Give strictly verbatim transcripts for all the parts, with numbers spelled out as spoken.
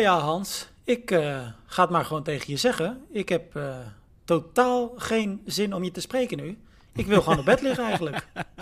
ja, Hans, ik uh, ga het maar gewoon tegen je zeggen. Ik heb uh, totaal geen zin om je te spreken nu. Ik wil gewoon op bed liggen eigenlijk.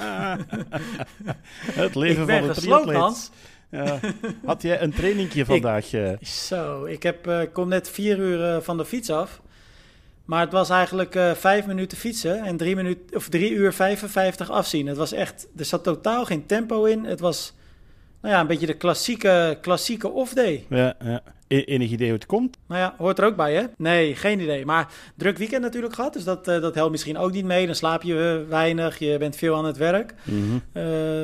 Het leven ik ben van de gesloopt, triatleet. Hans. Ja. Had jij een trainingje vandaag? Ik, zo, ik heb, uh, kom net vier uur uh, van de fiets af. Maar het was eigenlijk uh, vijf minuten fietsen en drie, minuut, of drie uur vijfenvijftig afzien. Het was echt, er zat totaal geen tempo in. Het was nou ja, een beetje de klassieke, klassieke off-day. Ja, ja. E- enig idee hoe het komt? Nou ja, hoort er ook bij, hè? Nee, geen idee. Maar druk weekend natuurlijk gehad, dus dat, uh, dat helpt misschien ook niet mee. Dan slaap je uh, weinig, je bent veel aan het werk. Mm-hmm. Uh,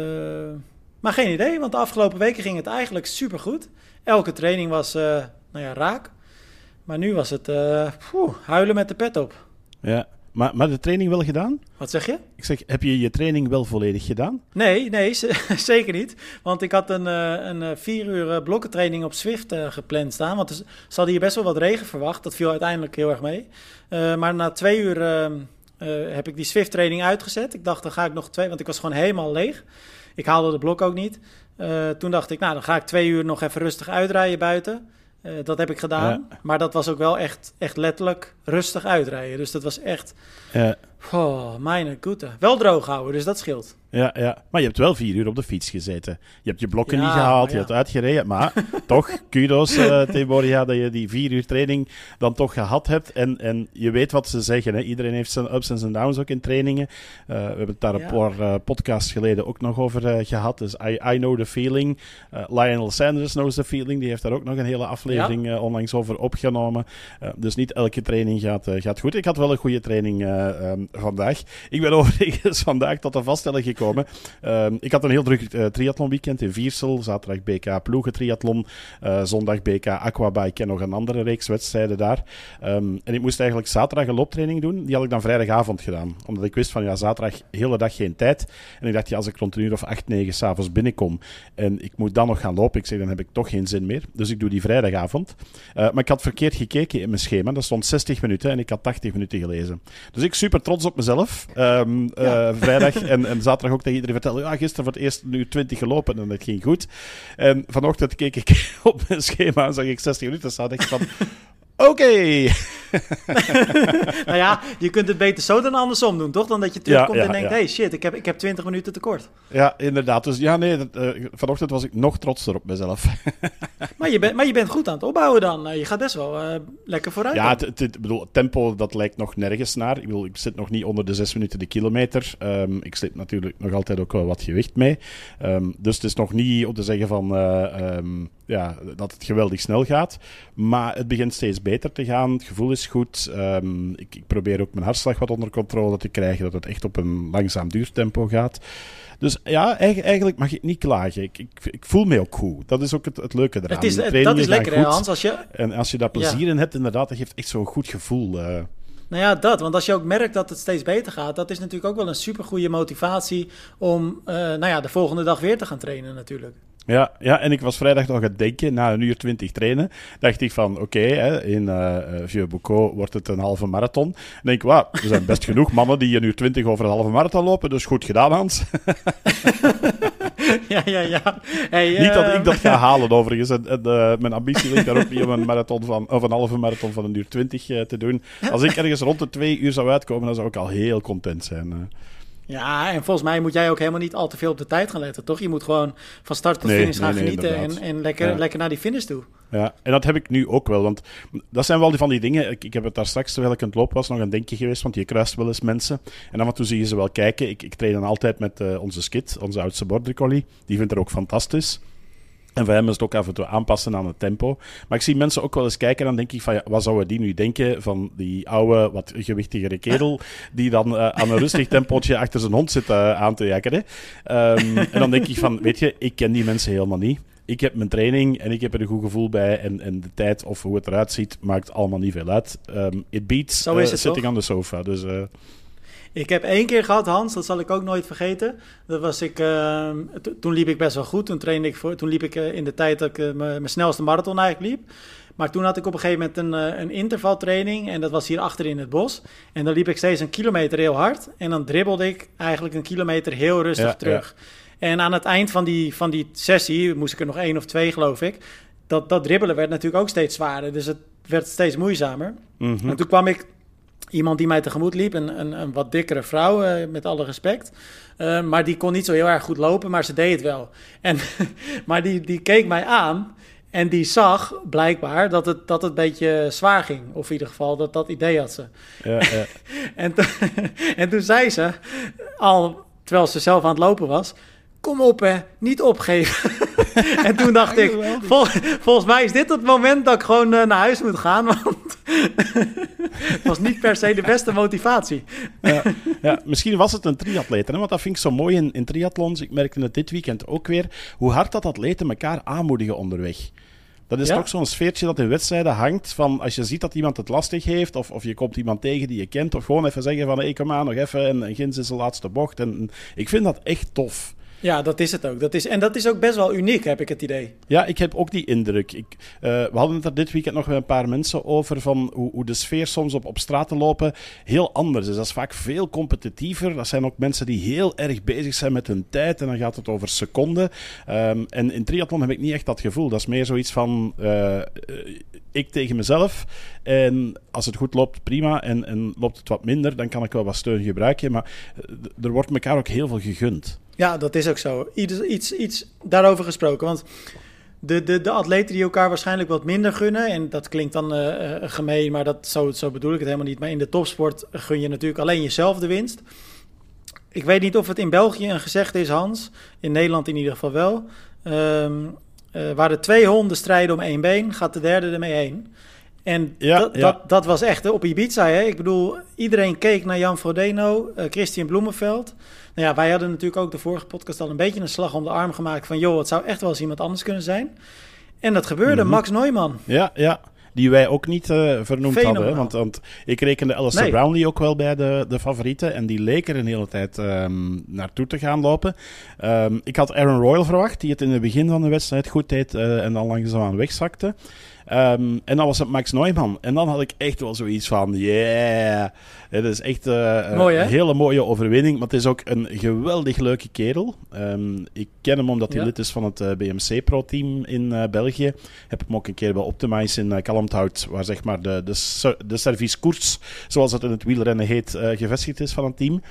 maar geen idee, want de afgelopen weken ging het eigenlijk supergoed. Elke training was uh, nou ja, raak. Maar nu was het uh, poeh, huilen met de pet op. Ja, maar, maar de training wel gedaan? Wat zeg je? Ik zeg, heb je je training wel volledig gedaan? Nee, nee, z- zeker niet. Want ik had een, uh, een vier uur uh, blokkentraining op Zwift uh, gepland staan. Want er, ze hadden hier best wel wat regen verwacht. Dat viel uiteindelijk heel erg mee. Uh, maar na twee uur uh, uh, heb ik die Zwift training uitgezet. Ik dacht, dan ga ik nog twee, want ik was gewoon helemaal leeg. Ik haalde de blok ook niet. Uh, toen dacht ik, nou, dan ga ik twee uur nog even rustig uitrijden buiten. Uh, dat heb ik gedaan. Ja. Maar dat was ook wel echt, echt letterlijk rustig uitrijden. Dus dat was echt... Ja. Oh, mijn goede. Wel droog houden, dus dat scheelt. Ja, ja, maar je hebt wel vier uur op de fiets gezeten. Je hebt je blokken ja, niet gehaald, ja. je hebt uitgereden. Maar toch, kudos uh, Teboria, dat je die vier uur training dan toch gehad hebt. En, en je weet wat ze zeggen. Hè? Iedereen heeft zijn ups en zijn downs ook in trainingen. Uh, we hebben het daar ja. een paar uh, podcasts geleden ook nog over uh, gehad. Dus I, I know the feeling. Uh, Lionel Sanders knows the feeling. Die heeft daar ook nog een hele aflevering ja. uh, onlangs over opgenomen. Uh, dus niet elke training gaat, uh, gaat goed. Ik had wel een goede training uh, um, vandaag. Ik ben overigens vandaag tot de vaststelling gekomen. Um, ik had een heel druk uh, triathlonweekend in Viersel. Zaterdag B K ploegentriathlon. Uh, zondag B K aquabike en nog een andere reeks wedstrijden daar. Um, en ik moest eigenlijk zaterdag een looptraining doen. Die had ik dan vrijdagavond gedaan. Omdat ik wist van ja, zaterdag de hele dag geen tijd. En ik dacht ja, als ik rond een uur of acht, negen s'avonds binnenkom en ik moet dan nog gaan lopen, ik zeg dan heb ik toch geen zin meer. Dus ik doe die vrijdagavond. Uh, maar ik had verkeerd gekeken in mijn schema. Dat stond zestig minuten en ik had tachtig minuten gelezen. Dus ik super trots op mezelf. Um, uh, ja. Vrijdag en, en zaterdag ook tegen iedereen vertellen, ja, gisteren voor het eerst nu twintig gelopen en dat ging goed. En vanochtend keek ik op mijn schema en zag ik zestig minuten staan. Dacht ik van, oké. Okay. Nou ja, je kunt het beter zo dan andersom doen, toch? Dan dat je terugkomt ja, ja, en denkt, ja. hey shit, ik heb, ik heb twintig minuten tekort. Ja, inderdaad. Dus ja, nee, dat, uh, vanochtend was ik nog trotser op mezelf. maar, je ben, maar je bent goed aan het opbouwen dan. Uh, je gaat best wel uh, lekker vooruit. Ja, het, het, bedoel, het tempo, dat lijkt nog nergens naar. Ik bedoel, ik zit nog niet onder de zes minuten de kilometer. Um, ik sleep natuurlijk nog altijd ook wel wat gewicht mee. Um, dus het is nog niet om te zeggen van, uh, um, ja, dat het geweldig snel gaat. Maar het begint steeds beter te gaan. Het gevoel is goed. Um, ik, ik probeer ook mijn hartslag wat onder controle te krijgen. Dat het echt op een langzaam duurtempo gaat. Dus ja, eigenlijk mag ik niet klagen. Ik, ik, ik voel me ook goed. Dat is ook het, het leuke eraan. Het is, dat is lekker, hè, Hans. Als je... En als je daar plezier ja. in hebt, inderdaad, dat geeft echt zo'n goed gevoel. Uh... Nou ja, dat. Want als je ook merkt dat het steeds beter gaat, dat is natuurlijk ook wel een supergoeie motivatie om uh, nou ja, de volgende dag weer te gaan trainen natuurlijk. Ja, ja, en ik was vrijdag nog aan het denken, na een uur twintig trainen, dacht ik van, oké, okay, in uh, Vieux-Boucau wordt het een halve marathon. Dan denk ik, wauw, er zijn best genoeg mannen die een uur twintig over een halve marathon lopen, dus goed gedaan, Hans. ja, ja, ja. Hey, niet dat uh, ik dat ga halen, overigens. En, en, uh, mijn ambitie ligt daar ook niet om een marathon van, of een halve marathon van een uur twintig uh, te doen. Als ik ergens rond de twee uur zou uitkomen, dan zou ik al heel content zijn. Uh. Ja, en volgens mij moet jij ook helemaal niet al te veel op de tijd gaan letten, toch? Je moet gewoon van start tot nee, finish gaan nee, nee, genieten en, en lekker, ja. lekker naar die finish toe. Ja, en dat heb ik nu ook wel, want dat zijn wel die van die dingen. Ik, ik heb het daar straks, terwijl ik aan het lopen was, nog een denkje geweest, want je kruist wel eens mensen. En af en toe zie je ze wel kijken. Ik, ik train dan altijd met uh, onze Skit, onze oudste border collie. Die vindt er ook fantastisch. En voor hem is het ook af en toe aanpassen aan het tempo. Maar ik zie mensen ook wel eens kijken en dan denk ik van, ja, wat zouden die nu denken van die oude, wat gewichtigere kerel die dan uh, aan een rustig tempootje achter zijn hond zit uh, aan te jakkeren. Um, en dan denk ik van, weet je, ik ken die mensen helemaal niet. Ik heb mijn training en ik heb er een goed gevoel bij en, en de tijd of hoe het eruit ziet maakt allemaal niet veel uit. Um, it beats uh, sitting toch? On the sofa. Dus... Uh, Ik heb één keer gehad, Hans, dat zal ik ook nooit vergeten. Dat was ik, uh, to, toen liep ik best wel goed. Toen trainde ik voor, toen liep ik uh, in de tijd dat ik uh, mijn snelste marathon eigenlijk liep. Maar toen had ik op een gegeven moment een, uh, een intervaltraining en dat was hier achter in het bos. En dan liep ik steeds een kilometer heel hard en dan dribbelde ik eigenlijk een kilometer heel rustig ja, terug. Ja. En aan het eind van die, van die sessie, moest ik er nog één of twee geloof ik, dat, dat dribbelen werd natuurlijk ook steeds zwaarder. Dus het werd steeds moeizamer. Mm-hmm. En toen kwam ik iemand die mij tegemoet liep, een, een, een wat dikkere vrouw, uh, met alle respect. Uh, maar die kon niet zo heel erg goed lopen, maar ze deed het wel. En, maar die, die keek mij aan en die zag blijkbaar dat het, dat het een beetje zwaar ging. Of in ieder geval, dat, dat idee had ze. Ja, ja. en, to, en toen zei ze, al terwijl ze zelf aan het lopen was, kom op hè, niet opgeven. En toen dacht ik, vol, volgens mij is dit het moment dat ik gewoon uh, naar huis moet gaan, want het was niet per se de beste motivatie. Ja, ja, misschien was het een triatleet, hè? Want dat vind ik zo mooi in, in triathlons. Ik merkte het dit weekend ook weer, hoe hard dat atleten elkaar aanmoedigen onderweg. Dat is ja. toch zo'n sfeertje dat in wedstrijden hangt van als je ziet dat iemand het lastig heeft of, of je komt iemand tegen die je kent of gewoon even zeggen van hé, hey, kom aan, nog even en, en ginds is de laatste bocht. En, en ik vind dat echt tof. Ja, dat is het ook. Dat is, en dat is ook best wel uniek, heb ik het idee. Ja, ik heb ook die indruk. Ik, uh, we hadden het er dit weekend nog met een paar mensen over van hoe, hoe de sfeer soms op, op straat te lopen heel anders is. Dat is vaak veel competitiever. Dat zijn ook mensen die heel erg bezig zijn met hun tijd en dan gaat het over seconden. Um, en in triathlon heb ik niet echt dat gevoel. Dat is meer zoiets van uh, ik tegen mezelf en als het goed loopt, prima. En, en loopt het wat minder, dan kan ik wel wat steun gebruiken. Maar uh, er wordt elkaar ook heel veel gegund. Ja, dat is ook zo. Iets, iets, iets daarover gesproken. Want de, de, de atleten die elkaar waarschijnlijk wat minder gunnen, en dat klinkt dan uh, gemeen, maar dat, zo, zo bedoel ik het helemaal niet. Maar in de topsport gun je natuurlijk alleen jezelf de winst. Ik weet niet of het in België een gezegde is, Hans. In Nederland in ieder geval wel. Um, uh, waar de twee honden strijden om één been, gaat de derde ermee heen. En ja, dat, ja. Dat, dat was echt op Ibiza. Hè? Ik bedoel, iedereen keek naar Jan Frodeno, uh, Christian Bloemenveld. Nou ja, wij hadden natuurlijk ook de vorige podcast al een beetje een slag om de arm gemaakt van joh, het zou echt wel eens iemand anders kunnen zijn. En dat gebeurde, mm-hmm. Max Neumann. Ja, ja. Die wij ook niet uh, vernoemd Fenomenaal. hadden. Want, want ik rekende Alistair nee. Brownlee ook wel bij de, de favorieten. En die leek er een hele tijd um, naartoe te gaan lopen. Um, ik had Aaron Royal verwacht, die het in het begin van de wedstrijd goed deed uh, en dan langzaamaan wegzakte. Um, en dan was het Max Neumann. En dan had ik echt wel zoiets van, yeah. Het is echt uh, Mooi, een hele mooie overwinning. Maar het is ook een geweldig leuke kerel. Um, ik ken hem omdat hij ja. lid is van het uh, B M C Pro-team in uh, België. Heb hem ook een keer bij Optimize in uh, Kalmthout, waar zeg maar de, de, de servicekoers, zoals het in het wielrennen heet, uh, gevestigd is van een team.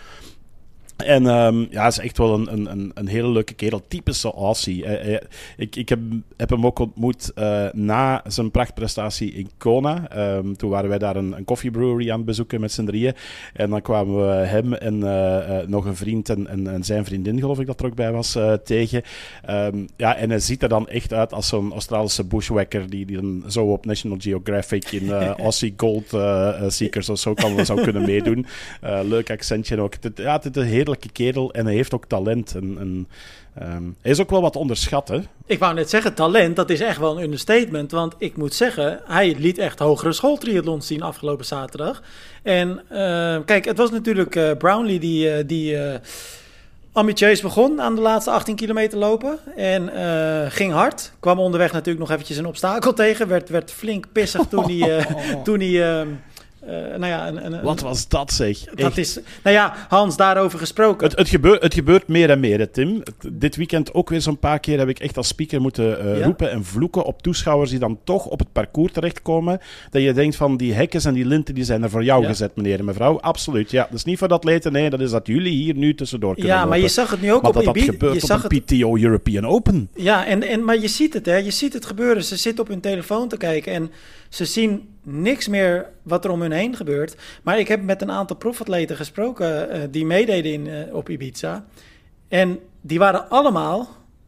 En um, ja, het is echt wel een, een, een hele leuke kerel. Typische Aussie. Uh, uh, ik ik heb, heb hem ook ontmoet uh, na zijn prachtprestatie in Kona. Um, toen waren wij daar een, een koffiebrewery aan het bezoeken met z'n drieën. En dan kwamen we hem en uh, uh, nog een vriend en, en, en zijn vriendin, geloof ik dat er ook bij was, uh, tegen. Um, ja, en hij ziet er dan echt uit als zo'n Australische bushwhacker die, die dan zo op National Geographic in uh, Aussie Gold uh, uh, Seekers of zo kan, zou kunnen meedoen. Uh, leuk accentje ook. Het, ja, het is een heerlijke kerel en hij heeft ook talent. En, en, um, hij is ook wel wat onderschat, hè? Ik wou net zeggen, talent, dat is echt wel een understatement. Want ik moet zeggen, hij liet echt hogere schooltriathlons zien afgelopen zaterdag. En uh, kijk, het was natuurlijk uh, Brownlee die, uh, die uh, ambitieus begon aan de laatste achttien kilometer lopen. En uh, ging hard. Kwam onderweg natuurlijk nog eventjes een obstakel tegen. Werd, werd flink pissig toen hij... Uh, toen hij uh, Uh, nou ja, een, een, Wat was dat, zeg? Dat Echt. is, nou ja, Hans, daarover gesproken. Het, het, gebeurt, het gebeurt meer en meer, hè, Tim. Het, dit weekend ook weer zo'n paar keer heb ik echt als speaker moeten uh, ja? roepen en vloeken op toeschouwers die dan toch op het parcours terechtkomen. Dat je denkt van, die hekken en die linten, die zijn er voor jou ja. gezet, meneer en mevrouw. Absoluut, ja. Dat is niet voor de atleten, nee, dat is dat jullie hier nu tussendoor kunnen Ja, lopen. maar je zag het nu ook maar op dat, Ibiza. dat gebeurt je op zag een het... P T O European Open. Ja, en, en, maar je ziet het, hè. Je ziet het gebeuren. Ze zitten op hun telefoon te kijken en ze zien niks meer wat er om hun heen gebeurt. Maar ik heb met een aantal profatleten gesproken uh, die meededen in, uh, op Ibiza. En die waren allemaal,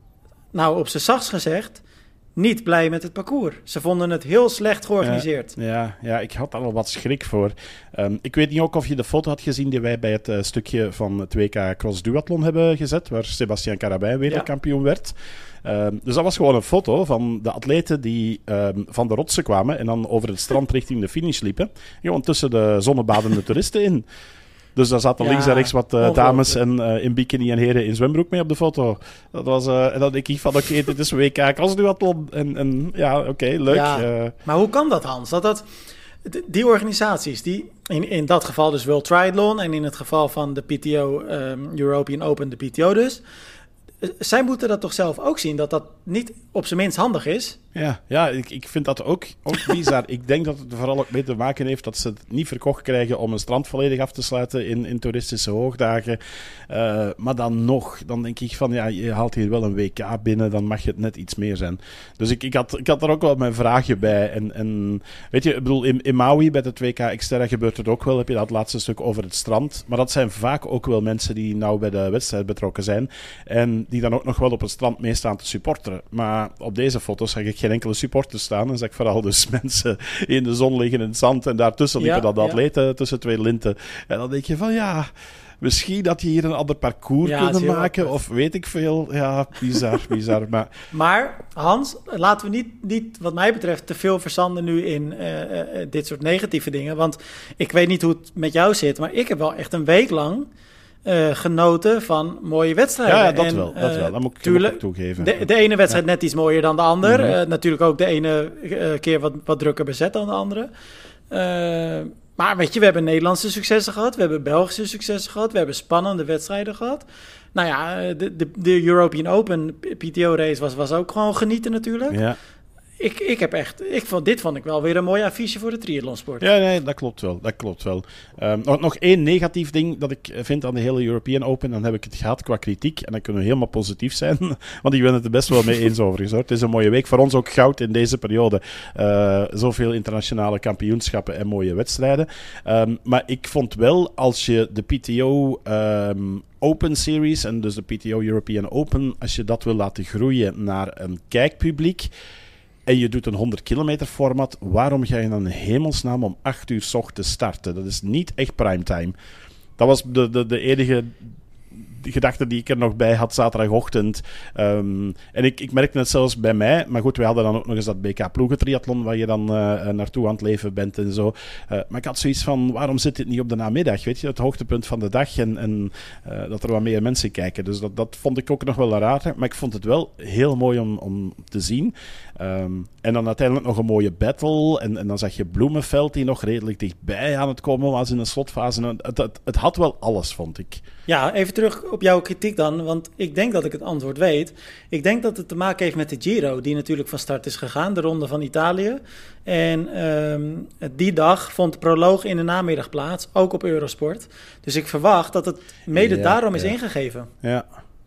nou op z'n zachtst gezegd, niet blij met het parcours. Ze vonden het heel slecht georganiseerd. Ja, ja, ja ik had daar al wat schrik voor. Um, ik weet niet ook of je de foto had gezien die wij bij het uh, stukje van het W K Cross Duathlon hebben gezet, waar Sébastien Carabin wereldkampioen ja. werd. Um, dus dat was gewoon een foto van de atleten die um, van de rotsen kwamen en dan over het strand richting de finish liepen. Gewoon tussen de zonnebadende toeristen in. Dus daar zaten ja, links en rechts wat uh, dames en, uh, in bikini en heren in zwembroek mee op de foto. Dat was, uh, en dan denk ik van, oké, okay, dit is W K crossduathlon. En, en ja, oké, okay, leuk. Ja, uh, maar hoe kan dat, Hans? Dat dat, die organisaties, die in, in dat geval dus World Triathlon en in het geval van de P T O, um, European Open, de P T O dus, zij moeten dat toch zelf ook zien, dat dat niet op zijn minst handig is. Ja, ja ik, ik vind dat ook, ook bizar. Ik denk dat het vooral ook mee te maken heeft dat ze het niet verkocht krijgen om een strand volledig af te sluiten in, in toeristische hoogdagen. Uh, maar dan nog, dan denk ik van, ja, je haalt hier wel een W K binnen, dan mag het net iets meer zijn. Dus ik, ik, had, ik had er ook wel mijn vraagje bij. En, en weet je, ik bedoel, in, in Maui bij het W K Xterra gebeurt het ook wel. Heb je dat laatste stuk over het strand. Maar dat zijn vaak ook wel mensen die nou bij de wedstrijd betrokken zijn. En die dan ook nog wel op het strand meestaan te supporteren. Maar op deze foto's zag ik geen enkele supporter staan. Dan zag ik vooral dus mensen in de zon liggen in het zand. En daartussen liepen ja, dan de ja. atleten tussen twee linten. En dan denk je van ja, misschien dat je hier een ander parcours ja, kunnen maken. Of weet ik veel. Ja, bizar, bizar. Maar, maar Hans, laten we niet, niet wat mij betreft te veel verzanden nu in uh, uh, dit soort negatieve dingen. Want ik weet niet hoe het met jou zit. Maar ik heb wel echt een week lang Uh, genoten van mooie wedstrijden. Ja, ja dat en, wel. Dat uh, wel. Dat moet ik tuurlijk, ook toegeven. De, de ene wedstrijd ja. net iets mooier dan de ander. Mm-hmm. Uh, natuurlijk ook de ene uh, keer wat, wat drukker bezet dan de andere. Uh, maar weet je, we hebben Nederlandse successen gehad. We hebben Belgische successen gehad. We hebben spannende wedstrijden gehad. Nou ja, de, de, de European Open P T O-race was, was ook gewoon genieten natuurlijk. Ja. Ik, ik heb echt, ik vond, dit vond ik wel weer een mooi affiche voor de triathlonsport. Ja, nee, dat klopt wel. Dat klopt wel. Um, nog, nog één negatief ding dat ik vind aan de hele European Open. Dan heb ik het gehad qua kritiek. En dan kunnen we helemaal positief zijn. Want ik ben het er best wel mee eens overigens. Hoor. Het is een mooie week. Voor ons ook goud in deze periode. Uh, zoveel internationale kampioenschappen en mooie wedstrijden. Um, maar ik vond wel, als je de P T O um, Open Series, en dus de P T O European Open, als je dat wil laten groeien naar een kijkpubliek, en je doet een honderd kilometer format, waarom ga je dan in hemelsnaam om acht uur 's ochtends starten? Dat is niet echt primetime. Dat was de, de, de enige gedachte die ik er nog bij had zaterdagochtend. Um, en ik, ik merkte het zelfs bij mij. Maar goed, we hadden dan ook nog eens dat B K ploegentriathlon waar je dan uh, naartoe aan het leven bent en zo. Uh, maar ik had zoiets van, waarom zit dit niet op de namiddag? Weet je, het hoogtepunt van de dag en, en uh, dat er wat meer mensen kijken. Dus dat, dat vond ik ook nog wel raar. Maar ik vond het wel heel mooi om, om te zien. Um, en dan uiteindelijk nog een mooie battle. En, en dan zag je Bloemenveld die nog redelijk dichtbij aan het komen was in de slotfase. Het, het, het had wel alles, vond ik. Ja, even terug op jouw kritiek dan, want ik denk dat ik het antwoord weet. Ik denk dat het te maken heeft met de Giro, die natuurlijk van start is gegaan, de Ronde van Italië. En um, die dag vond de proloog in de namiddag plaats, ook op Eurosport. Dus ik verwacht dat het mede ja, daarom is ja. ingegeven. Ja.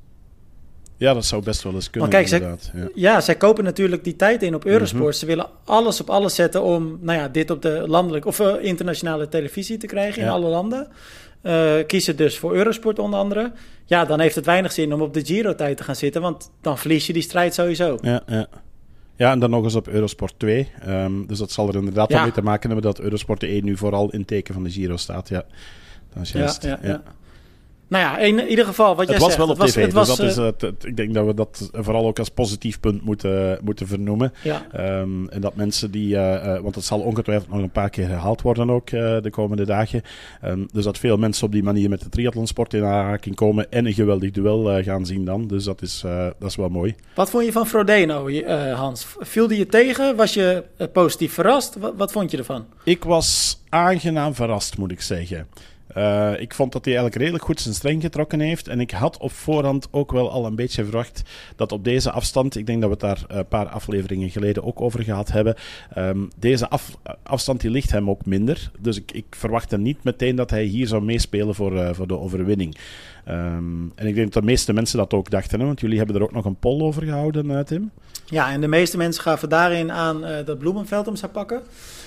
Ja, dat zou best wel eens kunnen, kijk, inderdaad. Zij, ja. ja, zij kopen natuurlijk die tijd in op Eurosport. Mm-hmm. Ze willen alles op alles zetten om nou ja, dit op de landelijke of uh, internationale televisie te krijgen in ja. alle landen. Uh, kiezen dus voor Eurosport onder andere. Ja, dan heeft het weinig zin om op de Giro-tijd te gaan zitten, want dan verlies je die strijd sowieso. Ja, ja. Ja, en dan nog eens op Eurosport twee. Um, dus dat zal er inderdaad ja. mee te maken hebben dat Eurosport één nu vooral in teken van de Giro staat. Ja, dat is juist. Ja, ja, ja. Nou ja, in ieder geval wat jij zegt. Het was wel op tv, was, dus het dat was, is het, het, ik denk dat we dat vooral ook als positief punt moeten, moeten vernoemen. Ja. Um, en dat mensen die, uh, uh, want het zal ongetwijfeld nog een paar keer herhaald worden ook uh, de komende dagen. Um, dus dat veel mensen op die manier met de triathlonsport in aanraking komen en een geweldig duel uh, gaan zien dan. Dus dat is, uh, dat is wel mooi. Wat vond je van Frodeno, uh, Hans? Viel die je tegen? Was je uh, positief verrast? Wat, wat vond je ervan? Ik was aangenaam verrast, moet ik zeggen. Uh, ik vond dat hij eigenlijk redelijk goed zijn streng getrokken heeft. En ik had op voorhand ook wel al een beetje verwacht dat op deze afstand, ik denk dat we het daar een paar afleveringen geleden ook over gehad hebben, um, deze af, afstand die ligt hem ook minder. Dus ik, ik verwachtte niet meteen dat hij hier zou meespelen voor, uh, voor de overwinning. Um, en ik denk dat de meeste mensen dat ook dachten, hè? Want jullie hebben er ook nog een poll over gehouden, uh, Tim. Ja, en de meeste mensen gaven daarin aan uh, dat Bloemenveld hem zou pakken.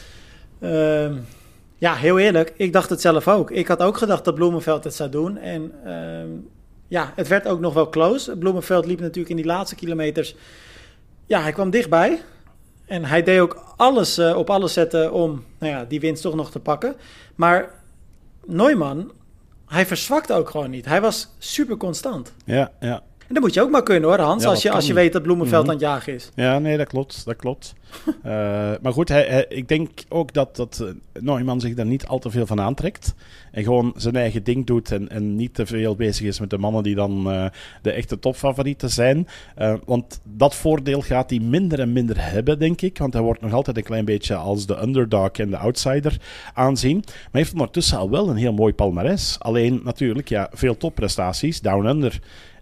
Uh, ja, heel eerlijk, ik dacht het zelf ook. Ik had ook gedacht dat Bloemenveld het zou doen. En uh, ja, het werd ook nog wel close. Bloemenveld liep natuurlijk in die laatste kilometers. Ja, hij kwam dichtbij. En hij deed ook alles uh, op alles zetten om nou ja, die winst toch nog te pakken. Maar Neumann, hij verzwakte ook gewoon niet. Hij was super constant. Ja, ja. En dat moet je ook maar kunnen hoor, Hans, ja, als, je, als je weet dat Bloemenveld mm-hmm. aan het jagen is. Ja, nee, dat klopt. Dat klopt. uh, maar goed, hij, hij, ik denk ook dat, dat uh, Neumann zich daar niet al te veel van aantrekt. En gewoon zijn eigen ding doet en, en niet te veel bezig is met de mannen die dan uh, de echte topfavorieten zijn. Uh, want dat voordeel gaat hij minder en minder hebben, denk ik. Want hij wordt nog altijd een klein beetje als de underdog en de outsider aanzien. Maar hij heeft ondertussen al wel een heel mooi palmares. Alleen natuurlijk, ja, veel topprestaties, down under.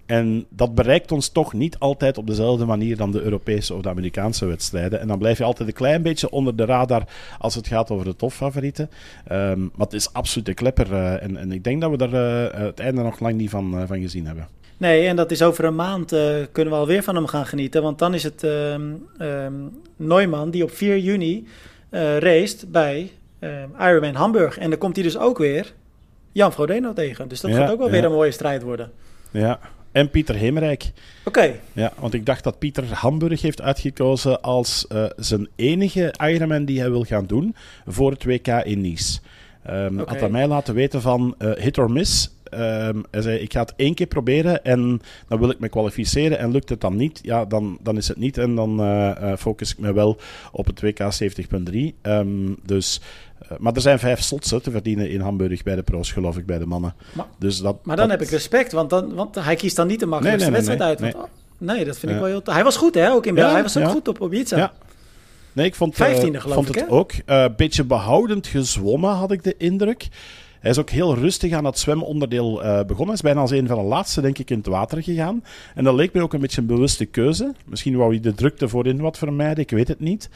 En dat bereikt ons toch niet altijd op dezelfde manier dan de Europese of de Amerikaanse wedstrijden. En dan blijf je altijd een klein beetje onder de radar als het gaat over de topfavorieten. Um, maar het is absoluut een klepper. Uh, en, en ik denk dat we daar uh, het einde nog lang niet van, uh, van gezien hebben. Nee, en dat is over een maand uh, kunnen we alweer van hem gaan genieten. Want dan is het uh, um, Neumann die op vier juni uh, raced bij uh, Ironman Hamburg. En dan komt hij dus ook weer Jan Frodeno tegen. Dus dat ja, gaat ook wel ja. weer een mooie strijd worden. Ja, en Pieter Hemerijk. Oké. Okay. Ja, want ik dacht dat Pieter Hamburg heeft uitgekozen als uh, zijn enige Ironman die hij wil gaan doen voor het W K in Nice. Um, okay. Had hij mij laten weten van uh, hit or miss. Um, hij zei, ik ga het één keer proberen en dan wil ik me kwalificeren en lukt het dan niet, ja, dan, dan is het niet en dan uh, uh, focus ik me wel op het W K zeventig punt drie. Um, dus, uh, maar er zijn vijf slots te verdienen in Hamburg bij de pro's, geloof ik, bij de mannen. Maar, dus dat, maar dan dat... heb ik respect, want, dan, want hij kiest dan niet de makkelijkste nee, nee, nee, wedstrijd nee, uit. Want, nee. oh, nee, dat vind ja. ik wel heel... Hij was goed, hè, ook in België. Ja, hij was ook ja. goed op Ibiza. Ja. Nee, ik vond, vijftiende, uh, geloof vond ik, het hè? ook een uh, beetje behoudend gezwommen, had ik de indruk. Hij is ook heel rustig aan het zwemonderdeel uh, begonnen. Hij is bijna als een van de laatste, denk ik, in het water gegaan. En dat leek me ook een beetje een bewuste keuze. Misschien wou hij de drukte voorin wat vermijden, ik weet het niet.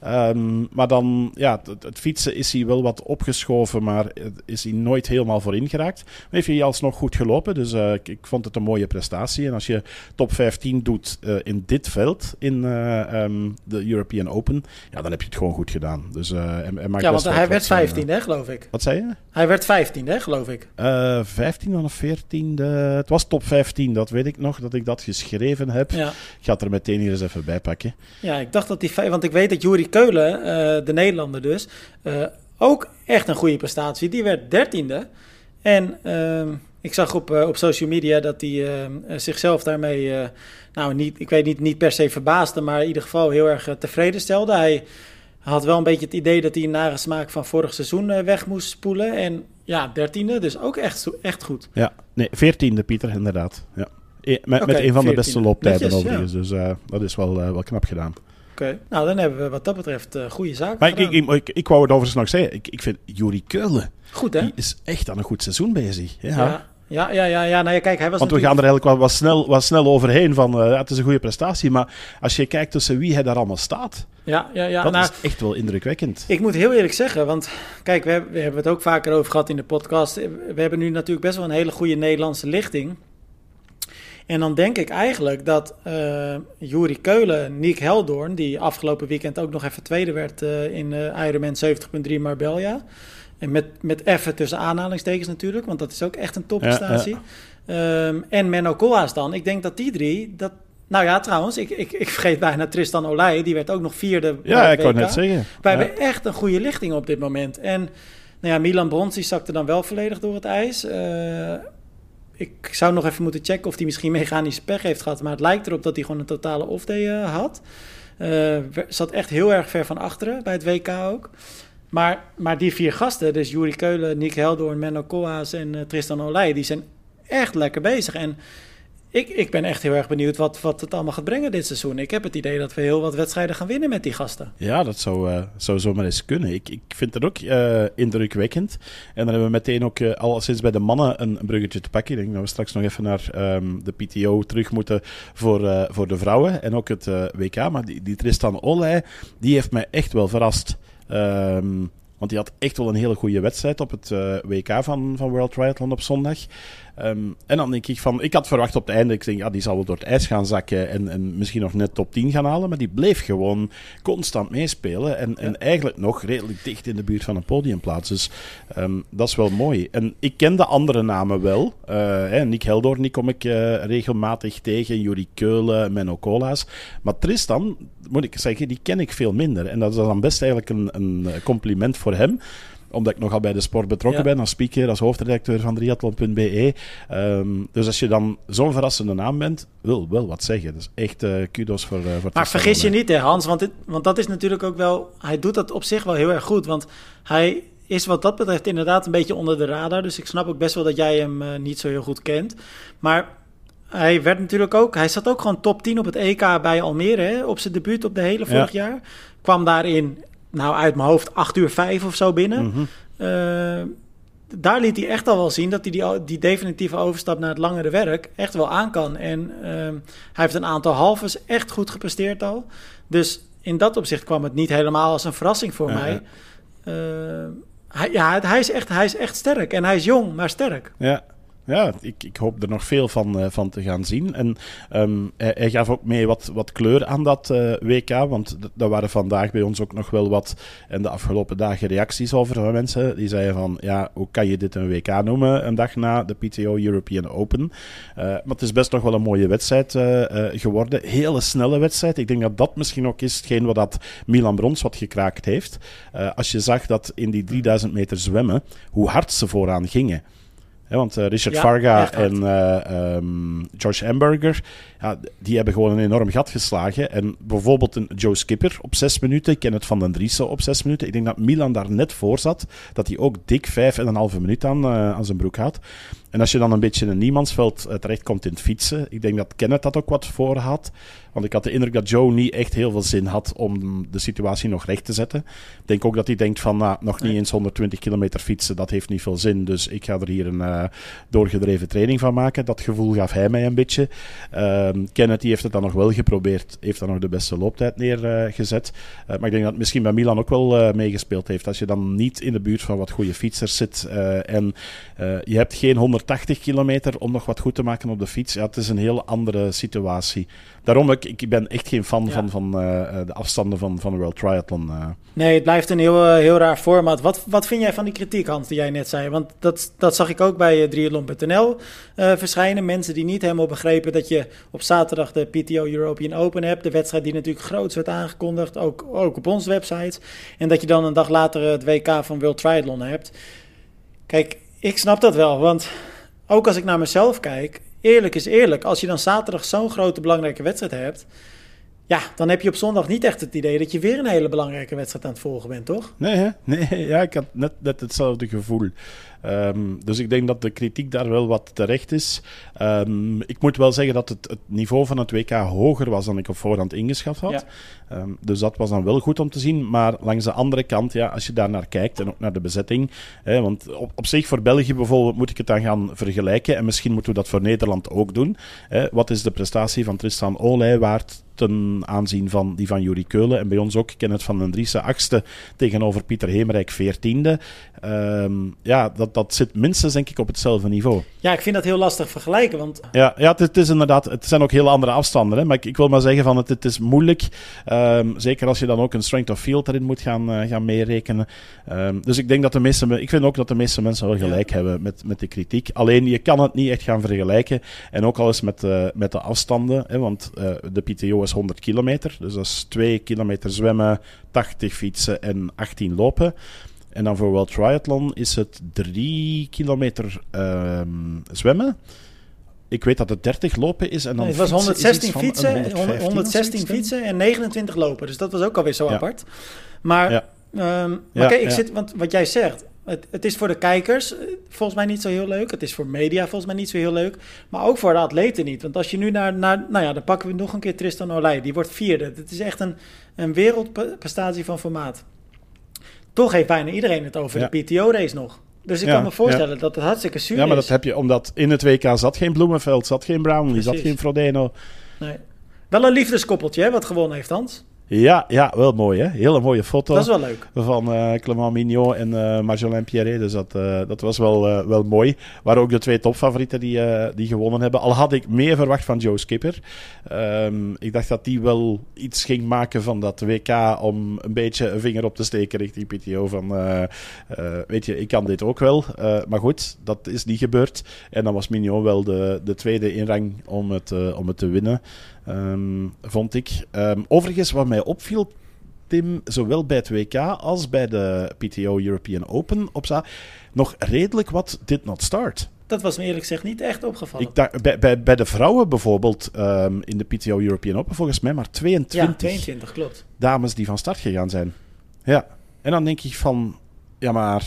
Um, maar dan, ja, het, het fietsen is hij wel wat opgeschoven, maar is hij nooit helemaal voorin geraakt. Maar heeft hij alsnog goed gelopen, dus uh, ik, ik vond het een mooie prestatie. En als je top vijftien doet uh, in dit veld, in uh, um, de European Open, ja, dan heb je het gewoon goed gedaan. Dus, uh, en, en ja, want hij werd vijftiende, hè, geloof ik. Wat zei je? Hij werd vijftiende, hè, geloof ik. Uh, vijftiende of veertiende. Het was top vijftien, dat weet ik nog, dat ik dat geschreven heb. Ja. Ik ga het er meteen hier eens even bij pakken. Ja, ik dacht dat die... Want ik weet dat Juri Keulen, uh, de Nederlander dus, uh, ook echt een goede prestatie. Die werd dertiende. En uh, ik zag op, uh, op social media dat hij uh, zichzelf daarmee... Uh, nou, niet, ik weet niet, niet per se verbaasde, maar in ieder geval heel erg uh, tevreden stelde. Hij had wel een beetje het idee dat hij een nare smaak van vorig seizoen uh, weg moest spoelen. En ja, dertiende, dus ook echt, echt goed. Ja, nee, veertiende Pieter, inderdaad. Ja. E- met, okay, met een van de beste looptijden overigens, ja. Dus uh, dat is wel, uh, wel knap gedaan. Oké, okay. Nou dan hebben we wat dat betreft uh, goede zaken maar gedaan. Ik, ik, ik, ik wou het overigens nog zeggen, ik, ik vind Juri Keulen, goed, hè? Die is echt aan een goed seizoen bezig. Ja, ja. Ja, ja, ja, ja. Nou ja, kijk, hij was Want we gaan er eigenlijk wat, wat, snel, wat snel overheen van, uh, het is een goede prestatie, maar als je kijkt tussen wie hij daar allemaal staat, ja, ja, ja. dat nou, is echt wel indrukwekkend. Ik moet heel eerlijk zeggen, want kijk, we hebben, we hebben het ook vaker over gehad in de podcast. We hebben nu natuurlijk best wel een hele goede Nederlandse lichting. En dan denk ik eigenlijk dat uh, Juri Keulen, Nick Heldoorn, die afgelopen weekend ook nog even tweede werd uh, in uh, Ironman zeventig punt drie Marbella. En met, met even tussen aanhalingstekens natuurlijk, want dat is ook echt een topprestatie. Ja, ja. Um, en Menno Koolhaas dan. Ik denk dat die drie... Dat, nou ja, trouwens, ik, ik, ik vergeet bijna Tristan Olij. Die werd ook nog vierde ja, bij ik kon net zeggen. Wij ja. hebben echt een goede lichting op dit moment. En nou ja, Milan Brons, die zakte dan wel volledig door het ijs. Uh, ik zou nog even moeten checken of hij misschien mechanische pech heeft gehad. Maar het lijkt erop dat hij gewoon een totale off-day uh, had. Uh, zat echt heel erg ver van achteren, bij het W K ook. Maar, maar die vier gasten, dus Juri Keulen, Nick Heldoorn, Menno Koolhaas en uh, Tristan Olij, die zijn echt lekker bezig. En ik, ik ben echt heel erg benieuwd wat, wat het allemaal gaat brengen dit seizoen. Ik heb het idee dat we heel wat wedstrijden gaan winnen met die gasten. Ja, dat zou, uh, zou zomaar eens kunnen. Ik, ik vind het ook uh, indrukwekkend. En dan hebben we meteen ook uh, al sinds bij de mannen een, een bruggetje te pakken. Ik denk dat we straks nog even naar um, de P T O terug moeten voor, uh, voor de vrouwen en ook het uh, W K. Maar die, die Tristan Olij, die heeft mij echt wel verrast. Um, want die had echt wel een hele goede wedstrijd op het uh, W K van, van World Triathlon op zondag. Um, en dan denk ik van... Ik had verwacht op het einde... Ik denk, ja, die zal wel door het ijs gaan zakken en, en misschien nog net top tien gaan halen. Maar die bleef gewoon constant meespelen. En, ja. en eigenlijk nog redelijk dicht in de buurt van een podiumplaats. Dus um, dat is wel mooi. En ik ken de andere namen wel. Uh, hè, Nick Heldoorn, die kom ik uh, regelmatig tegen. Juri Keulen, Menno Koolhaas. Maar Tristan, moet ik zeggen, die ken ik veel minder. En dat is dan best eigenlijk een, een compliment voor hem. Omdat ik nogal bij de sport betrokken ja. ben, als speaker, als hoofdredacteur van triathlon punt b e. Um, dus als je dan zo'n verrassende naam bent, wil wel wat zeggen. Dus echt uh, kudos voor, uh, voor Maar vergis je niet, hè, Hans, want, dit, want dat is natuurlijk ook wel... Hij doet dat op zich wel heel erg goed, want hij is wat dat betreft inderdaad een beetje onder de radar. Dus ik snap ook best wel dat jij hem uh, niet zo heel goed kent. Maar hij werd natuurlijk ook... Hij zat ook gewoon top tien op het E K bij Almere, hè, op zijn debuut op de hele vorig ja. jaar. Kwam daarin... Nou, uit mijn hoofd acht uur vijf of zo binnen. Mm-hmm. Uh, daar liet hij echt al wel zien dat hij die, die definitieve overstap naar het langere werk echt wel aan kan. En uh, hij heeft een aantal halves echt goed gepresteerd al. Dus in dat opzicht kwam het niet helemaal als een verrassing voor uh-huh. mij. Uh, hij, ja, hij is, echt, hij is echt sterk. En hij is jong, maar sterk. Ja. Ja, ik, ik hoop er nog veel van, uh, van te gaan zien. En um, hij, hij gaf ook mee wat, wat kleur aan dat uh, W K, want d- daar waren vandaag bij ons ook nog wel wat, en de afgelopen dagen reacties over van mensen. Die zeiden van, ja, hoe kan je dit een W K noemen, een dag na de P T O European Open? Uh, maar het is best nog wel een mooie wedstrijd uh, uh, geworden. Hele snelle wedstrijd. Ik denk dat dat misschien ook is hetgeen wat dat Milan Brons wat gekraakt heeft. Uh, als je zag dat in die drieduizend meter zwemmen, hoe hard ze vooraan gingen. Ja, want uh, Richard ja, Varga en uh, um, George Amberger, ja, die hebben gewoon een enorm gat geslagen. En bijvoorbeeld een Joe Skipper op zes minuten, Kenneth van den Driessen op zes minuten. Ik denk dat Milan daar net voor zat, dat hij ook dik vijf en een halve minuut aan, uh, aan zijn broek had. En als je dan een beetje in een niemandsveld uh, terechtkomt in het fietsen, ik denk dat Kenneth dat ook wat voor had. Want ik had de indruk dat Joe niet echt heel veel zin had om de situatie nog recht te zetten. Ik denk ook dat hij denkt van, nou, nog niet eens honderdtwintig kilometer fietsen, dat heeft niet veel zin. Dus ik ga er hier een uh, doorgedreven training van maken. Dat gevoel gaf hij mij een beetje. Uh, Kenneth die heeft het dan nog wel geprobeerd, heeft dan nog de beste looptijd neergezet. Uh, uh, maar ik denk dat het misschien bij Milan ook wel uh, meegespeeld heeft. Als je dan niet in de buurt van wat goede fietsers zit uh, en uh, je hebt geen honderdtachtig kilometer om nog wat goed te maken op de fiets. Ja, het is een heel andere situatie. Daarom, ik, ik ben echt geen fan ja. van, van uh, de afstanden van, van de World Triathlon. Uh. Nee, het blijft een heel, heel raar format. Wat, wat vind jij van die kritiek, Hans, die jij net zei? Want dat, dat zag ik ook bij uh, triathlon punt n l uh, verschijnen. Mensen die niet helemaal begrepen dat je op zaterdag de P T O European Open hebt. De wedstrijd die natuurlijk groots werd aangekondigd, ook, ook op onze website. En dat je dan een dag later het W K van World Triathlon hebt. Kijk, ik snap dat wel, want ook als ik naar mezelf kijk, eerlijk is eerlijk, als je dan zaterdag zo'n grote belangrijke wedstrijd hebt, ja, dan heb je op zondag niet echt het idee dat je weer een hele belangrijke wedstrijd aan het volgen bent, toch? Nee, hè? nee ja, ik had net, net hetzelfde gevoel. Um, dus ik denk dat de kritiek daar wel wat terecht is. Um, ik moet wel zeggen dat het, het niveau van het W K hoger was dan ik op voorhand ingeschat had. Ja. Um, dus dat was dan wel goed om te zien. Maar langs de andere kant, ja, als je daar naar kijkt en ook naar de bezetting. Hè, want op, op zich voor België bijvoorbeeld moet ik het dan gaan vergelijken. En misschien moeten we dat voor Nederland ook doen. Hè. Wat is de prestatie van Tristan Olij waard ten aanzien van die van Yuri Keulen? En bij ons ook Kenneth van den Driessen achtste tegenover Pieter Hemerijk veertiende. Um, ja, dat, dat zit minstens denk ik op hetzelfde niveau. Ja, ik vind dat heel lastig vergelijken, want... Ja, ja het, het is inderdaad, het zijn ook hele andere afstanden, hè, maar ik, ik wil maar zeggen van het, het is moeilijk, um, zeker als je dan ook een strength of field erin moet gaan, uh, gaan meerekenen. Um, dus ik denk dat de meeste, ik vind ook dat de meeste mensen wel gelijk ja. hebben met, met de kritiek. Alleen je kan het niet echt gaan vergelijken en ook al eens met, uh, met de afstanden, hè, want uh, de P T O is honderd kilometer, dus dat is twee kilometer zwemmen, tachtig fietsen en achttien lopen. En dan voor World Triathlon is het drie kilometer um, zwemmen. Ik weet dat het dertig lopen is. En dan nee, het was honderdzestien fietsen, honderdzestien fietsen en negenentwintig lopen. Dus dat was ook alweer zo ja. apart. Maar, ja. um, maar ja, kijk, ik ja. zit, want wat jij zegt, het, het is voor de kijkers volgens mij niet zo heel leuk. Het is voor media volgens mij niet zo heel leuk. Maar ook voor de atleten niet. Want als je nu naar, naar nou ja, dan pakken we nog een keer Tristan Olij. Die wordt vierde. Het is echt een, een wereldprestatie van formaat. Toch heeft bijna iedereen het over ja. de P T O-race nog. Dus ik ja, kan me voorstellen ja. dat het hartstikke zuur is. Ja, maar dat heb je omdat in het W K zat geen Bloemenveld, zat geen Brownlee, zat geen Frodeno. Nee. Wel een liefdeskoppeltje, hè, wat gewonnen heeft, Hans. Ja, ja, wel mooi, hè. Hele mooie foto. Dat is wel leuk. Van uh, Clément Mignot en uh, Marjolaine Pierret. Dus dat, uh, dat was wel, uh, wel mooi. Waren ook de twee topfavorieten die, uh, die gewonnen hebben. Al had ik meer verwacht van Joe Skipper. Um, ik dacht dat die wel iets ging maken van dat W K om een beetje een vinger op te steken richting P T O. Van, uh, uh, weet je, ik kan dit ook wel. Uh, maar goed, dat is niet gebeurd. En dan was Mignot wel de, de tweede in rang om het, uh, om het te winnen. Um, vond ik. Um, overigens, wat mij opviel, Tim, zowel bij het W K als bij de P T O European Open opza, nog redelijk wat did not start. Dat was me eerlijk gezegd niet echt opgevallen. Ik dacht, bij, bij, bij de vrouwen bijvoorbeeld, um, in de P T O European Open, volgens mij maar tweeëntwintig, ja, tweeëntwintig klopt. dames die van start gegaan zijn. Ja. En dan denk ik van, ja maar,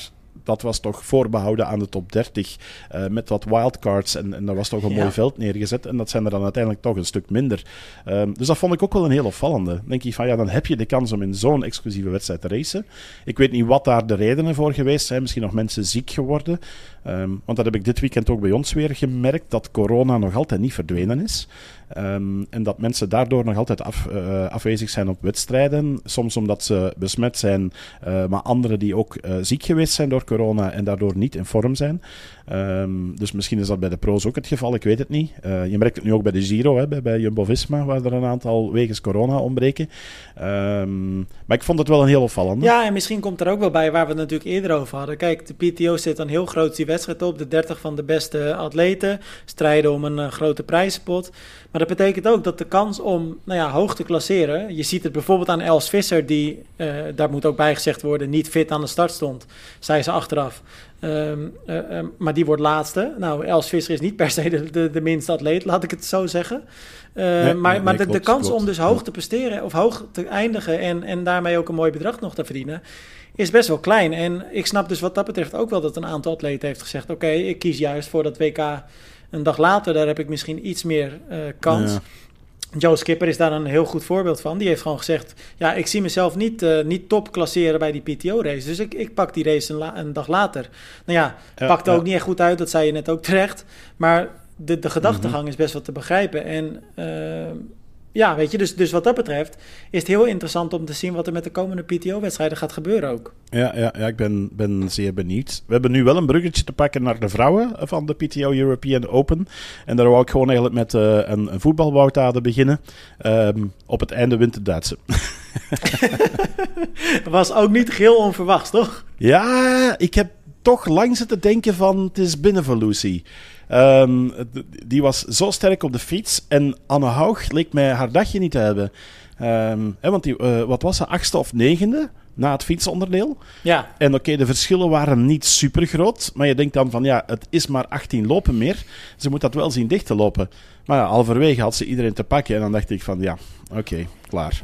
dat was toch voorbehouden aan de top dertig. Uh, met wat wildcards. En, en daar was toch een ja. mooi veld neergezet. En dat zijn er dan uiteindelijk toch een stuk minder. Um, dus dat vond ik ook wel een heel opvallende. Dan denk je van, ja, dan heb je de kans om in zo'n exclusieve wedstrijd te racen. Ik weet niet wat daar de redenen voor geweest zijn. Misschien nog mensen ziek geworden. Um, want dat heb ik dit weekend ook bij ons weer gemerkt. Dat corona nog altijd niet verdwenen is. Um, en dat mensen daardoor nog altijd af, uh, afwezig zijn op wedstrijden. Soms omdat ze besmet zijn, uh, maar anderen die ook uh, ziek geweest zijn door corona en daardoor niet in vorm zijn. Um, dus misschien is dat bij de pro's ook het geval, ik weet het niet. Uh, je merkt het nu ook bij de Giro, hè, bij, bij Jumbo-Visma, waar er een aantal wegens corona ontbreken. Um, maar ik vond het wel een heel opvallende. Ja, en misschien komt er ook wel bij waar we het natuurlijk eerder over hadden. Kijk, de P T O zit dan heel groot die wedstrijd op. De dertig van de beste atleten strijden om een uh, grote prijzenpot. Maar dat betekent ook dat de kans om nou ja, hoog te klasseren... Je ziet het bijvoorbeeld aan Els Visser, die, uh, daar moet ook bij gezegd worden, niet fit aan de start stond. Zei ze achteraf. Um, uh, uh, maar die wordt laatste. Nou, Els Visser is niet per se de, de, de minste atleet, laat ik het zo zeggen. Uh, nee, maar nee, maar nee, de, klopt, de kans klopt. om dus hoog te presteren of hoog te eindigen... En, en daarmee ook een mooi bedrag nog te verdienen... is best wel klein. En ik snap dus wat dat betreft ook wel dat een aantal atleten heeft gezegd... oké, okay, ik kies juist voor dat W K een dag later. Daar heb ik misschien iets meer uh, kans. Ja. Joe Skipper is daar een heel goed voorbeeld van. Die heeft gewoon gezegd... ja, ik zie mezelf niet, uh, niet top klasseren bij die P T O-race. Dus ik, ik pak die race een, la- een dag later. Nou ja, ja pakt er ja. ook niet echt goed uit. Dat zei je net ook terecht. Maar de, de gedachtegang mm-hmm. is best wel te begrijpen. En... Uh, Ja, weet je, dus, dus wat dat betreft is het heel interessant om te zien wat er met de komende P T O-wedstrijden gaat gebeuren ook. Ja, ja, ja ik ben, ben zeer benieuwd. We hebben nu wel een bruggetje te pakken naar de vrouwen van de P T O European Open. En daar wou ik gewoon eigenlijk met uh, een, een voetbalwoudade beginnen. Um, op het einde wint de Duitse. Dat was ook niet geheel onverwachts, toch? Ja, ik heb toch lang zitten denken van het is binnen voor Lucy. Um, die was zo sterk op de fiets. En Anne Haug leek mij haar dagje niet te hebben. Um, hè, want die, uh, wat was ze, achtste of negende na het fietsonderdeel? Ja. En oké, okay, de verschillen waren niet super groot. Maar je denkt dan van ja, het is maar achttien lopen meer. Ze moet dat wel zien dicht te lopen. Maar ja, halverwege had ze iedereen te pakken. En dan dacht ik van ja, oké, okay, klaar.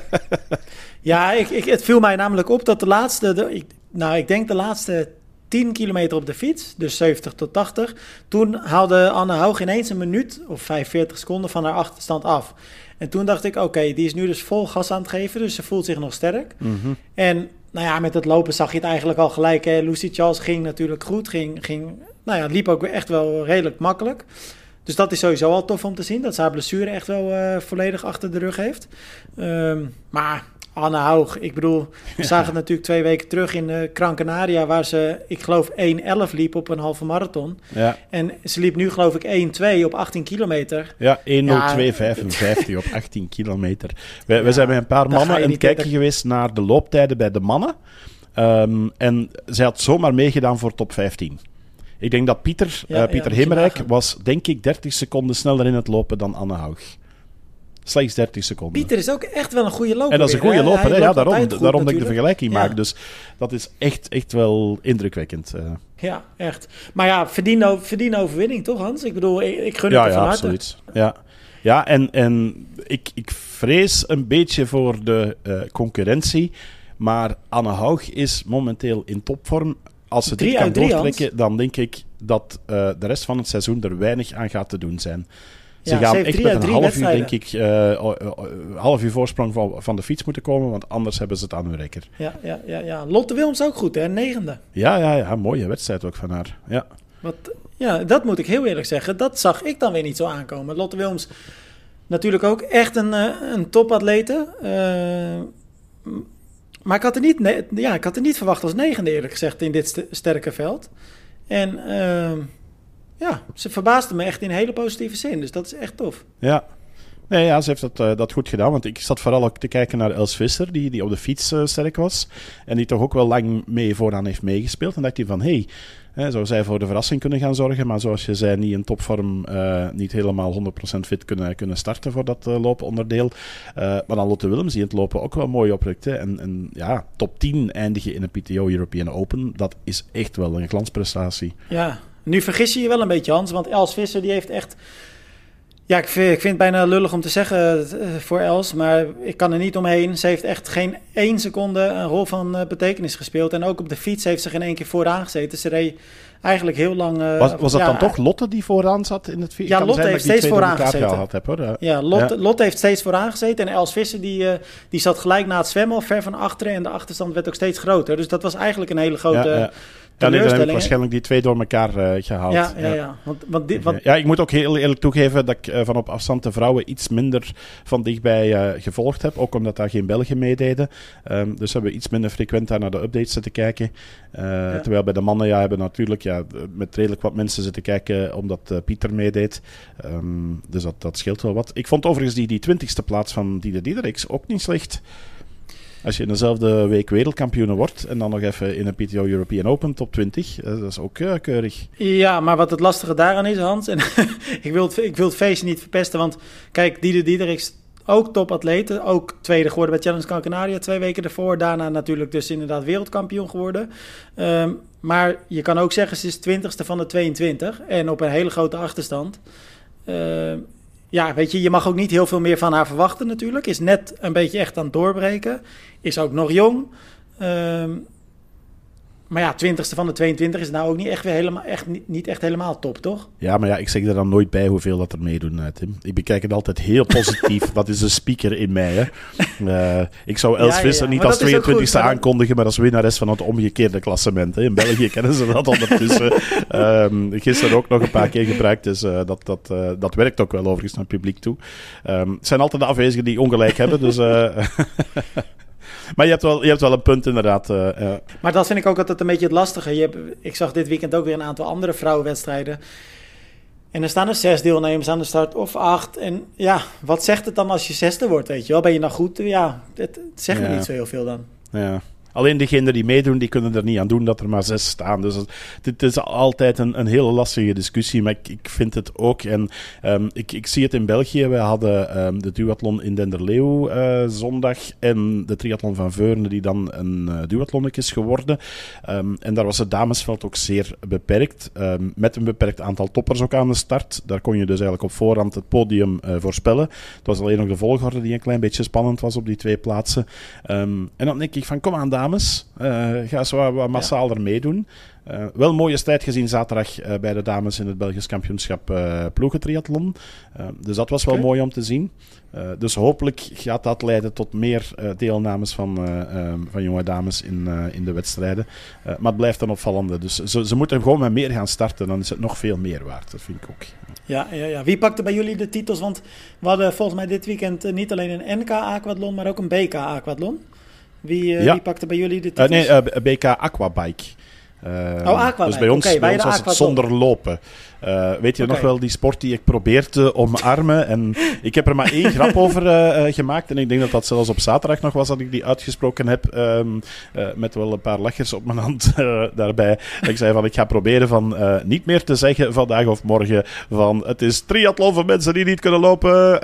Ja, ik, ik, het viel mij namelijk op dat de laatste... De, ik, nou, ik denk de laatste... tien kilometer op de fiets, dus zeventig tot tachtig. Toen haalde Anne Haug ineens een minuut of vijfenveertig seconden van haar achterstand af. En toen dacht ik, oké, okay, die is nu dus vol gas aan het geven, dus ze voelt zich nog sterk. Mm-hmm. En nou ja, met het lopen zag je het eigenlijk al gelijk. Hè. Lucy Charles ging natuurlijk goed, ging, ging, nou ja, liep ook echt wel redelijk makkelijk. Dus dat is sowieso al tof om te zien, dat ze haar blessure echt wel uh, volledig achter de rug heeft. Um, maar... Anne Haug, ik bedoel, we zagen het natuurlijk twee weken terug in uh, Gran Canaria... waar ze, ik geloof, één elf liep op een halve marathon. Ja. En ze liep nu, geloof ik, één twee op achttien kilometer. Ja, één nul twee vijfenvijftig op achttien kilometer. We, ja, we zijn met een paar mannen aan het kijken geweest naar de looptijden bij de mannen. Um, en zij had zomaar meegedaan voor top vijftien. Ik denk dat Pieter, ja, uh, Pieter ja, Hemerijk was, denk ik, dertig seconden sneller in het lopen dan Anne Haug. Slechts dertig seconden. Pieter is ook echt wel een goede loper. En dat is een goede loper, hè? Ja, daarom, goed, daarom dat ik de vergelijking ja. maak. Dus dat is echt, echt wel indrukwekkend. Uh. Ja, echt. Maar ja, verdien, verdien overwinning, toch Hans? Ik bedoel, ik, ik gun het ja, er van ja, harte. Absoluut. Ja, ja en, en ik, ik vrees een beetje voor de uh, concurrentie. Maar Anne Haug is momenteel in topvorm. Als ze dit kan doortrekken, dan denk ik dat uh, de rest van het seizoen er weinig aan gaat te doen zijn. Ze ja, gaan ze echt met een half uur, denk ik, uh, uh, uh, half uur voorsprong van, van de fiets moeten komen, want anders hebben ze het aan hun rekker. Ja, ja, ja, ja. Lotte Wilms ook goed, hè? Negende. Ja, ja, ja, mooie wedstrijd ook van haar. Ja. Wat, ja, dat moet ik heel eerlijk zeggen. Dat zag ik dan weer niet zo aankomen. Lotte Wilms, natuurlijk ook echt een, uh, een topatlete. Uh, maar ik had, er niet, ne- ja, ik had er niet verwacht als negende, eerlijk gezegd, in dit st- sterke veld. En... Uh, Ja, ze verbaasde me echt in een hele positieve zin. Dus dat is echt tof. Ja, nee, ja ze heeft dat, uh, dat goed gedaan. Want ik zat vooral ook te kijken naar Els Visser, die, die op de fiets uh, sterk was. En die toch ook wel lang mee vooraan heeft meegespeeld. En dacht hij van, hé, hey, zou zij voor de verrassing kunnen gaan zorgen. Maar zoals je zei, niet in topvorm, uh, niet helemaal honderd procent fit kunnen, kunnen starten voor dat uh, lopenonderdeel. Uh, maar dan Lotte Willems, die in het lopen ook wel mooi oprukte. En, en ja, top tien eindigen in een P T O European Open, dat is echt wel een glansprestatie. Ja. Nu vergis je je wel een beetje, Hans, want Els Visser die heeft echt... Ja, ik vind, ik vind het bijna lullig om te zeggen uh, voor Els, maar ik kan er niet omheen. Ze heeft echt geen één seconde een rol van uh, betekenis gespeeld. En ook op de fiets heeft ze geen één keer vooraan gezeten. Ze reed eigenlijk heel lang... Uh, was, was dat ja, dan toch Lotte die vooraan zat in het fiets? Ja, Lotte heeft steeds vooraan gezeten. Had, heb, hoor. Ja, Lotte, ja. Lotte heeft steeds vooraan gezeten. En Els Visser die, uh, die zat gelijk na het zwemmen al ver van achteren. En de achterstand werd ook steeds groter. Dus dat was eigenlijk een hele grote... Ja, ja. Ja, nee, dan heb ik waarschijnlijk die twee door elkaar uh, gehaald. Ja, ja, ja. ja. Want, want dit, want... ja, ik moet ook heel eerlijk toegeven dat ik uh, van op afstand de vrouwen iets minder van dichtbij uh, gevolgd heb. Ook omdat daar geen Belgen meededen. Um, dus hebben we iets minder frequent daar naar de updates zitten kijken. Uh, ja. Terwijl bij de mannen ja, hebben natuurlijk ja, met redelijk wat mensen zitten kijken omdat uh, Pieter meedeed. Um, dus dat, dat scheelt wel wat. Ik vond overigens die, die twintigste plaats van Diede Diedericks ook niet slecht. Als je in dezelfde week wereldkampioen wordt en dan nog even in een P T O European Open top twintig, dat is ook uh, keurig. Ja, maar wat het lastige daaraan is, Hans, en ik, wil het, ik wil het feestje niet verpesten, want kijk, Diede Diedericks, ook topatleten, ook tweede geworden bij Challenge Gran Canaria twee weken ervoor, daarna natuurlijk dus inderdaad wereldkampioen geworden. Um, maar je kan ook zeggen, ze is twintigste van de tweeëntwintig en op een hele grote achterstand. Uh, Ja, weet je, je mag ook niet heel veel meer van haar verwachten natuurlijk. Is net een beetje echt aan het doorbreken. Is ook nog jong. Um, maar ja, twintigste van de tweeëntwintig is nou ook niet echt, weer helemaal, echt, niet, niet echt helemaal top, toch? Ja, maar ja, ik zeg er dan nooit bij hoeveel dat er meedoen, Tim. Ik bekijk het altijd heel positief. Dat is een speaker in mij, hè. Uh, ik zou Els ja, Visser ja, ja. niet als tweeëntwintigste aankondigen, maar als winnares van het omgekeerde klassement. Hè. In België kennen ze dat ondertussen. um, gisteren ook nog een paar keer gebruikt, dus uh, dat, dat, uh, dat werkt ook wel overigens naar het publiek toe. Um, het zijn altijd de afwezigen die ongelijk hebben, dus... Uh, Maar je hebt wel, je hebt wel een punt, inderdaad. Uh, uh. Maar dat vind ik ook altijd een beetje het lastige. Je hebt, ik zag dit weekend ook weer een aantal andere vrouwenwedstrijden. En er staan er zes deelnemers aan de start of acht. En ja, wat zegt het dan als je zesde wordt, weet je wel? Ben je nou goed? Ja, het, het zegt me ja. niet zo heel veel dan. Ja. Alleen degenen die meedoen, die kunnen er niet aan doen dat er maar zes staan. Dus dit is altijd een, een hele lastige discussie, maar ik, ik vind het ook. En um, ik, ik zie het in België. We hadden um, de duathlon in Denderleeuw uh, zondag en de triathlon van Veurne, die dan een uh, duathlon is geworden. Um, en daar was het damesveld ook zeer beperkt, um, met een beperkt aantal toppers ook aan de start. Daar kon je dus eigenlijk op voorhand het podium uh, voorspellen. Het was alleen nog de volgorde die een klein beetje spannend was op die twee plaatsen. Um, en dan denk ik van, kom aan dames. Uh, ga eens wat, wat massaal er meedoen. Uh, wel een mooie strijd gezien zaterdag uh, bij de dames in het Belgisch kampioenschap uh, ploegentriathlon. Uh, dus dat was wel okay. mooi om te zien. Uh, dus hopelijk gaat dat leiden tot meer uh, deelnames van, uh, um, van jonge dames in, uh, in de wedstrijden. Uh, maar het blijft een opvallende. Dus ze, ze moeten gewoon met meer gaan starten. Dan is het nog veel meer waard. Dat vind ik ook. Ja, ja, ja. Wie pakte bij jullie de titels? Want we hadden volgens mij dit weekend uh, niet alleen een N K aquathlon, maar ook een B K aquathlon. Wie, uh, ja. wie pakte bij jullie de titels? Uh, nee, uh, B K Aquabike. Uh, oh, Aquabike. Dus bij ons, okay, bij ons was het zonder lopen. Uh, weet je okay. nog wel die sport die ik probeer te omarmen? En ik heb er maar één grap over uh, gemaakt. En ik denk dat dat zelfs op zaterdag nog was dat ik die uitgesproken heb. Um, uh, met wel een paar lachers op mijn hand uh, daarbij. En ik zei van, ik ga proberen van uh, niet meer te zeggen vandaag of morgen van het is triathlon voor mensen die niet kunnen lopen.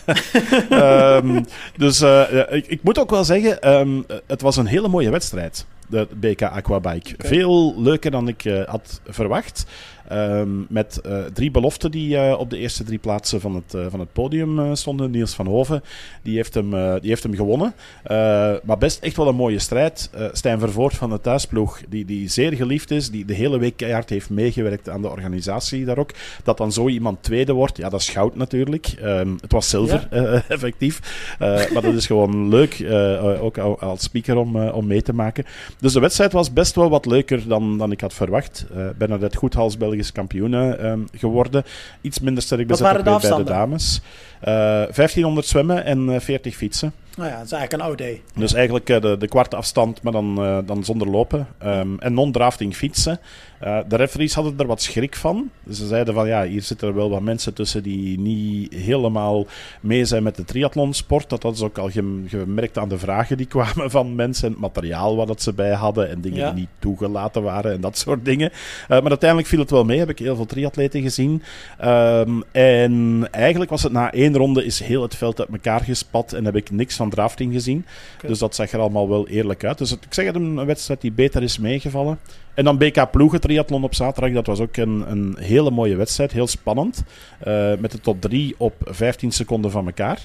um, dus uh, ik, ik moet ook wel zeggen, um, het was een hele mooie wedstrijd. De B K Aquabike. Okay. Veel leuker dan ik uh, had verwacht. Um, met uh, drie beloften die uh, op de eerste drie plaatsen van het, uh, van het podium uh, stonden. Niels van Hoven, die heeft hem, uh, die heeft hem gewonnen. Uh, maar best echt wel een mooie strijd. Uh, Stijn Vervoort van de thuisploeg, die, die zeer geliefd is, die de hele week keihard heeft meegewerkt aan de organisatie daar ook. Dat dan zo iemand tweede wordt, ja, dat is goud natuurlijk. Um, het was zilver, ja. uh, effectief. Uh, maar dat is gewoon leuk, uh, ook als speaker om, uh, om mee te maken. Dus de wedstrijd was best wel wat leuker dan, dan ik had verwacht. Uh, Bernadette Goethals, Belgisch kampioene um, geworden. Iets minder sterk bezet ook bij de dames. Uh, vijftienhonderd zwemmen en uh, veertig fietsen. Nou ja, dat is eigenlijk een O D. Dus eigenlijk uh, de, de kwarte afstand, maar dan, uh, dan zonder lopen. Um, en non-drafting fietsen. Uh, de referees hadden er wat schrik van. Ze zeiden van, ja, hier zitten er wel wat mensen tussen die niet helemaal mee zijn met de triathlonsport. Dat hadden ze ook al gemerkt aan de vragen die kwamen van mensen. En het materiaal wat dat ze bij hadden. En dingen ja. die niet toegelaten waren en dat soort dingen. Uh, maar uiteindelijk viel het wel mee. Heb ik heel veel triatleten gezien. Um, en eigenlijk was het na één ronde is heel het veld uit elkaar gespat. En heb ik niks van drafting gezien. Dus dat zag er allemaal wel eerlijk uit. Dus ik zeg het, een wedstrijd die beter is meegevallen. En dan B K ploegentriathlon. triathlon op zaterdag, dat was ook een, een hele mooie wedstrijd, heel spannend. Uh, met de top drie op vijftien seconden van elkaar.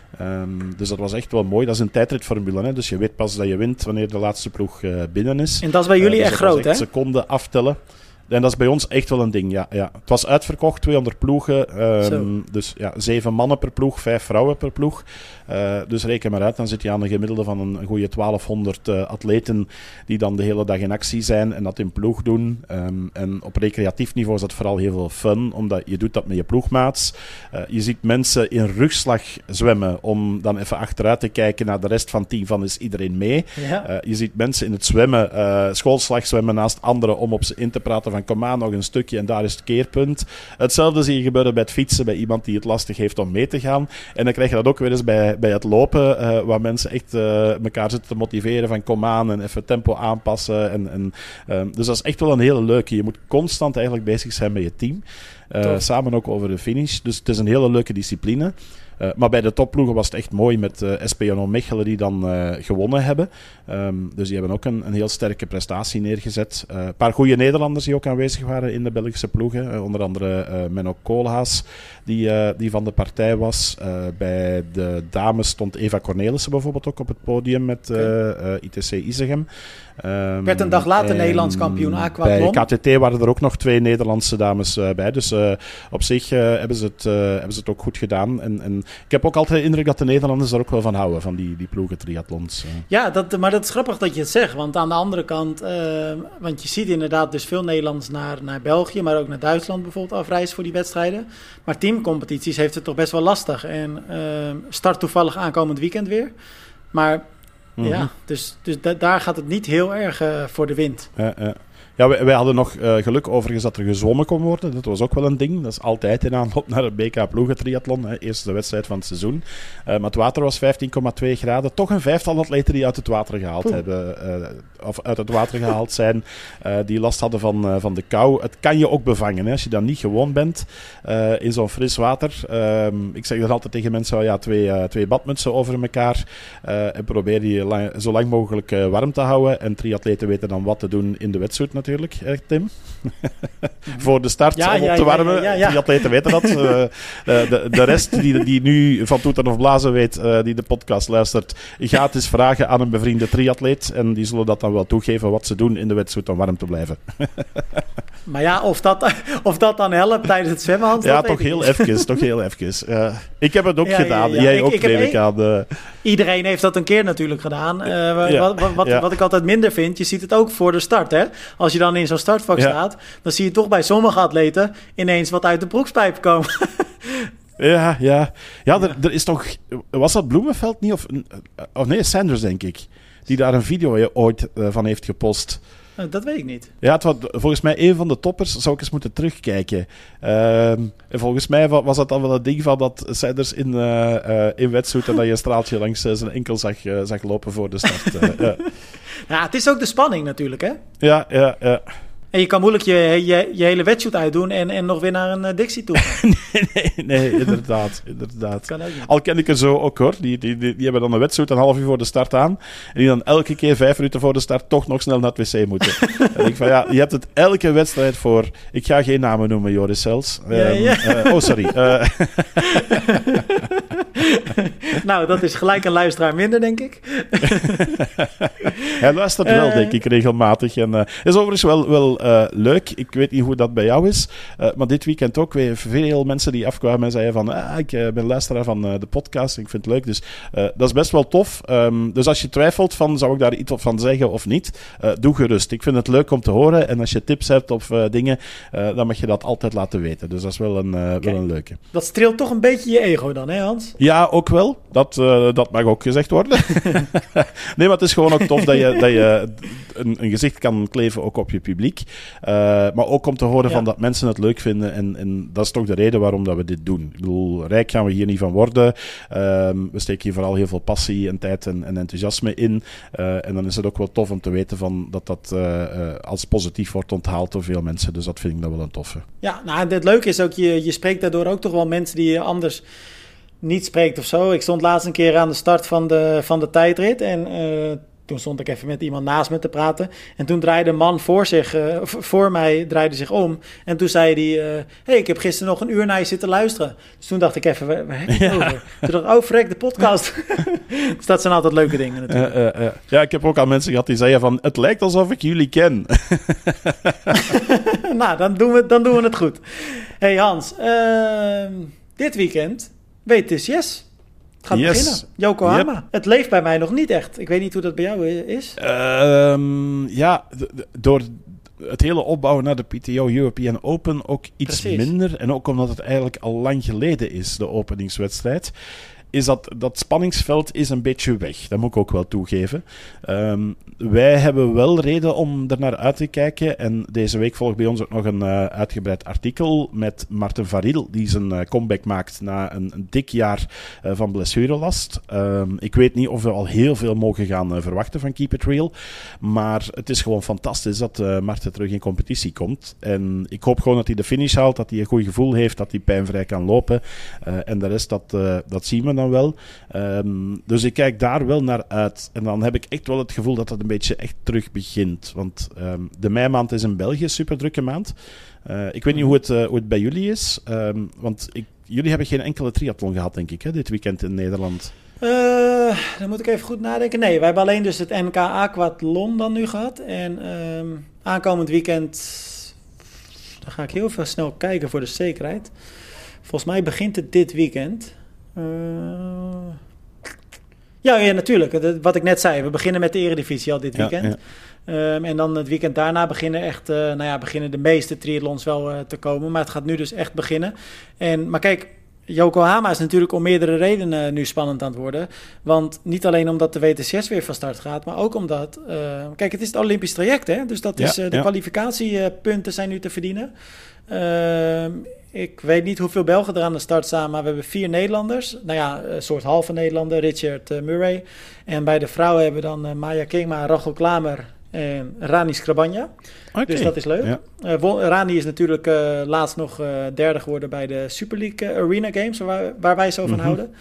Um, dus dat was echt wel mooi. Dat is een tijdritformule, hè? Dus je weet pas dat je wint wanneer de laatste ploeg uh, binnen is. En dat is bij jullie uh, dus echt groot, echt hè? Seconden aftellen. En dat is bij ons echt wel een ding, ja. ja. Het was uitverkocht, tweehonderd ploegen. Um, dus ja, zeven mannen per ploeg, vijf vrouwen per ploeg. Uh, dus reken maar uit, dan zit je aan een gemiddelde van een, een goede twaalfhonderd uh, atleten die dan de hele dag in actie zijn en dat in ploeg doen. Um, en op recreatief niveau is dat vooral heel veel fun, omdat je doet dat met je ploegmaats. Uh, je ziet mensen in rugslag zwemmen om dan even achteruit te kijken naar de rest van het team van is iedereen mee. Ja. Uh, je ziet mensen in het zwemmen, uh, schoolslag zwemmen naast anderen om op ze in te praten van kom aan, nog een stukje en daar is het keerpunt. Hetzelfde zie je gebeuren bij het fietsen, bij iemand die het lastig heeft om mee te gaan. En dan krijg je dat ook weer eens bij, bij het lopen, uh, waar mensen echt uh, elkaar zitten te motiveren van kom aan en even tempo aanpassen. En, en, uh, dus dat is echt wel een hele leuke. Je moet constant eigenlijk bezig zijn met je team. Uh, samen ook over de finish. Dus het is een hele leuke discipline. Uh, maar bij de topploegen was het echt mooi met uh, S P N O Mechelen die dan uh, gewonnen hebben. Um, dus die hebben ook een, een heel sterke prestatie neergezet. Een uh, paar goede Nederlanders die ook aanwezig waren in de Belgische ploegen. Uh, onder andere uh, Menno Koolhaas, die, uh, die van de partij was. Uh, bij de dames stond Eva Cornelissen bijvoorbeeld ook op het podium met uh, uh, I T C Isegem. Um, werd een dag later Nederlands kampioen aquathlon. Bij K T T waren er ook nog twee Nederlandse dames uh, bij. Dus uh, op zich uh, hebben, ze het, uh, hebben ze het ook goed gedaan. En, en ik heb ook altijd de indruk dat de Nederlanders daar ook wel van houden, van die, die ploegen triathlons. Uh. Ja, dat, maar dat is grappig dat je het zegt. Want aan de andere kant, uh, want je ziet inderdaad dus veel Nederlanders naar, naar België, maar ook naar Duitsland bijvoorbeeld afreizen voor die wedstrijden. Maar teamcompetities heeft het toch best wel lastig. En uh, start toevallig aankomend weekend weer. Maar mm-hmm. ja, dus, dus da- daar gaat het niet heel erg uh, voor de wind. Ja, ja. Ja, wij, wij hadden nog uh, geluk overigens dat er gezwommen kon worden. Dat was ook wel een ding. Dat is altijd in aanloop naar het B K ploegentriathlon. Hè. Eerste wedstrijd van het seizoen. Uh, maar het water was vijftien komma twee graden. Toch een vijftal atleten die uit het water gehaald Oeh. hebben. Uh, of uit het water gehaald zijn. Uh, die last hadden van, uh, van de kou. Het kan je ook bevangen. Hè, als je dan niet gewoon bent uh, in zo'n fris water. Uh, ik zeg dat altijd tegen mensen. Oh ja, twee, uh, twee badmutsen over elkaar. Uh, en probeer die lang, zo lang mogelijk uh, warm te houden. En triatleten weten dan wat te doen in de wetsuit natuurlijk, hè, Tim. Voor de start ja, om ja, op te warmen. Ja, ja, ja, ja. Die atleten weten dat. Uh, de, de rest die, die nu van toeten of blazen weet, uh, die de podcast luistert, gaat eens vragen aan een bevriende triatleet. En die zullen dat dan wel toegeven wat ze doen in de wetsuit om warm te blijven. Maar ja, of dat, of dat dan helpt tijdens het zwemmen, Hans, ja, toch heel even, toch heel even. Uh, ik heb het ook ja, gedaan. Ja, ja. Jij ik, ook, ik neem ik aan. Uh... Iedereen heeft dat een keer natuurlijk gedaan. Uh, ja. wat, wat, wat, ja. wat ik altijd minder vind, je ziet het ook voor de start. Hè? Als je dan in zo'n startvak ja. staat, dan zie je toch bij sommige atleten ineens wat uit de broekspijp komen. Ja, ja. Ja, er, er is toch... Was dat Bloemenveld niet? Of, of nee, Sanders, denk ik. Die daar een video ooit uh, van heeft gepost. Dat weet ik niet. Ja, het was volgens mij een van de toppers. Zou ik eens moeten terugkijken. Uh, en volgens mij was dat dan wel het ding van dat Sanders in, uh, uh, in wetsuit en dat je een straaltje langs uh, zijn enkel zag, uh, zag lopen voor de start. Uh, uh. Ja, het is ook de spanning natuurlijk, hè? Ja, ja, ja. En je kan moeilijk je, je, je hele wetsuit uitdoen en, en nog weer naar een uh, Dixie toe. nee, nee, nee, inderdaad. inderdaad. Kan ook niet. Al ken ik er zo ook hoor. Die, die, die, die hebben dan een wetsuit een half uur voor de start aan. En die dan elke keer vijf minuten voor de start toch nog snel naar het wc moeten. En ik van ja, je hebt het elke wedstrijd voor. Ik ga geen namen noemen, Joris Sels. Um, ja, ja. Uh, oh, sorry. Uh. Nou, dat is gelijk een luisteraar minder, denk ik. Hij luistert wel, uh, denk ik, regelmatig. En uh, is overigens wel, wel uh, leuk. Ik weet niet hoe dat bij jou is. Uh, maar dit weekend ook weer veel mensen die afkwamen en zeiden van ah, ik uh, ben luisteraar van uh, de podcast. Ik vind het leuk. Dus uh, dat is best wel tof. Um, dus als je twijfelt van, zou ik daar iets van zeggen of niet? Uh, doe gerust. Ik vind het leuk om te horen. En als je tips hebt of uh, dingen, uh, dan mag je dat altijd laten weten. Dus dat is wel een, uh, okay. wel een leuke. Dat streelt toch een beetje je ego dan, hè Hans? Ja, ook wel. Dat, uh, dat mag ook gezegd worden. Nee, maar het is gewoon ook tof dat je, dat je een, een gezicht kan kleven ook op je publiek. Uh, maar ook om te horen ja. van dat mensen het leuk vinden. En, en dat is toch de reden waarom dat we dit doen. Ik bedoel, rijk gaan we hier niet van worden. Uh, we steken hier vooral heel veel passie en tijd en, en enthousiasme in. Uh, en dan is het ook wel tof om te weten van dat dat uh, uh, als positief wordt onthaald door veel mensen. Dus dat vind ik dan wel een toffe. Ja, nou, het leuke is ook, je, je spreekt daardoor ook toch wel mensen die je anders niet spreekt of zo. Ik stond laatst een keer aan de start van de, van de tijdrit en uh, toen stond ik even met iemand naast me te praten. En toen draaide een man voor, zich, uh, voor mij draaide zich om. En toen zei hij, uh, hey, ik heb gisteren nog een uur naar je zitten luisteren. Dus toen dacht ik even, waar, waar heb je het ja. over? Toen dacht ik, oh frek, de podcast. Dus dat zijn altijd leuke dingen natuurlijk. Uh, uh, uh. Ja, ik heb ook al mensen gehad die zeiden van, het lijkt alsof ik jullie ken. Nou, dan doen, we, dan doen we het goed. Hey Hans, uh, dit weekend, weet dus yes... Het gaat yes. beginnen. Yokohama. Yep. Het leeft bij mij nog niet echt. Ik weet niet hoe dat bij jou is. Um, ja, d- d- door het hele opbouwen naar de P T O European Open ook iets Precies. minder. En ook omdat het eigenlijk al lang geleden is, de openingswedstrijd. Is dat, dat spanningsveld is een beetje weg. Dat moet ik ook wel toegeven. Um, wij hebben wel reden om er naar uit te kijken. En deze week volgt bij ons ook nog een uh, uitgebreid artikel met Marten Varil, die zijn uh, comeback maakt na een, een dik jaar uh, van blessurelast. Um, ik weet niet of we al heel veel mogen gaan uh, verwachten van Keep It Real. Maar het is gewoon fantastisch dat uh, Marten terug in competitie komt. En ik hoop gewoon dat hij de finish haalt, dat hij een goed gevoel heeft, dat hij pijnvrij kan lopen. Uh, en de rest, dat, uh, dat zien we dan wel. Um, dus ik kijk daar wel naar uit. En dan heb ik echt wel het gevoel dat het een beetje echt terug begint. Want um, de meimaand is in België een super drukke maand. Uh, ik weet niet hoe het, uh, hoe het bij jullie is. Um, want ik, jullie hebben geen enkele triathlon gehad, denk ik, hè, dit weekend in Nederland. Uh, dan moet ik even goed nadenken. Nee, wij hebben alleen dus het N K Aquathlon dan nu gehad. En um, aankomend weekend... Dan ga ik heel veel snel kijken voor de zekerheid. Volgens mij begint het dit weekend... Uh, ja, ja, natuurlijk. Wat ik net zei, we beginnen met de Eredivisie al dit weekend. Ja, ja. Um, en dan het weekend daarna beginnen echt, uh, nou ja, beginnen de meeste triathlons wel uh, te komen. Maar het gaat nu dus echt beginnen. En, maar kijk, Yokohama is natuurlijk om meerdere redenen nu spannend aan het worden. Want niet alleen omdat de W T C S weer van start gaat, maar ook omdat... Uh, kijk, het is het Olympisch traject, hè? Dus dat is, uh, de ja. kwalificatiepunten zijn nu te verdienen. Uh, ik weet niet hoeveel Belgen er aan de start staan, maar we hebben vier Nederlanders. Nou ja, een soort halve Nederlander, Richard uh, Murray. En bij de vrouwen hebben we dan uh, Maya Kingma, Rachel Klamer en Rani Skrabanja. Okay. Dus dat is leuk. Ja. Uh, Rani is natuurlijk uh, laatst nog uh, derde geworden bij de Super League uh, Arena Games, waar, waar wij zo van mm-hmm. houden.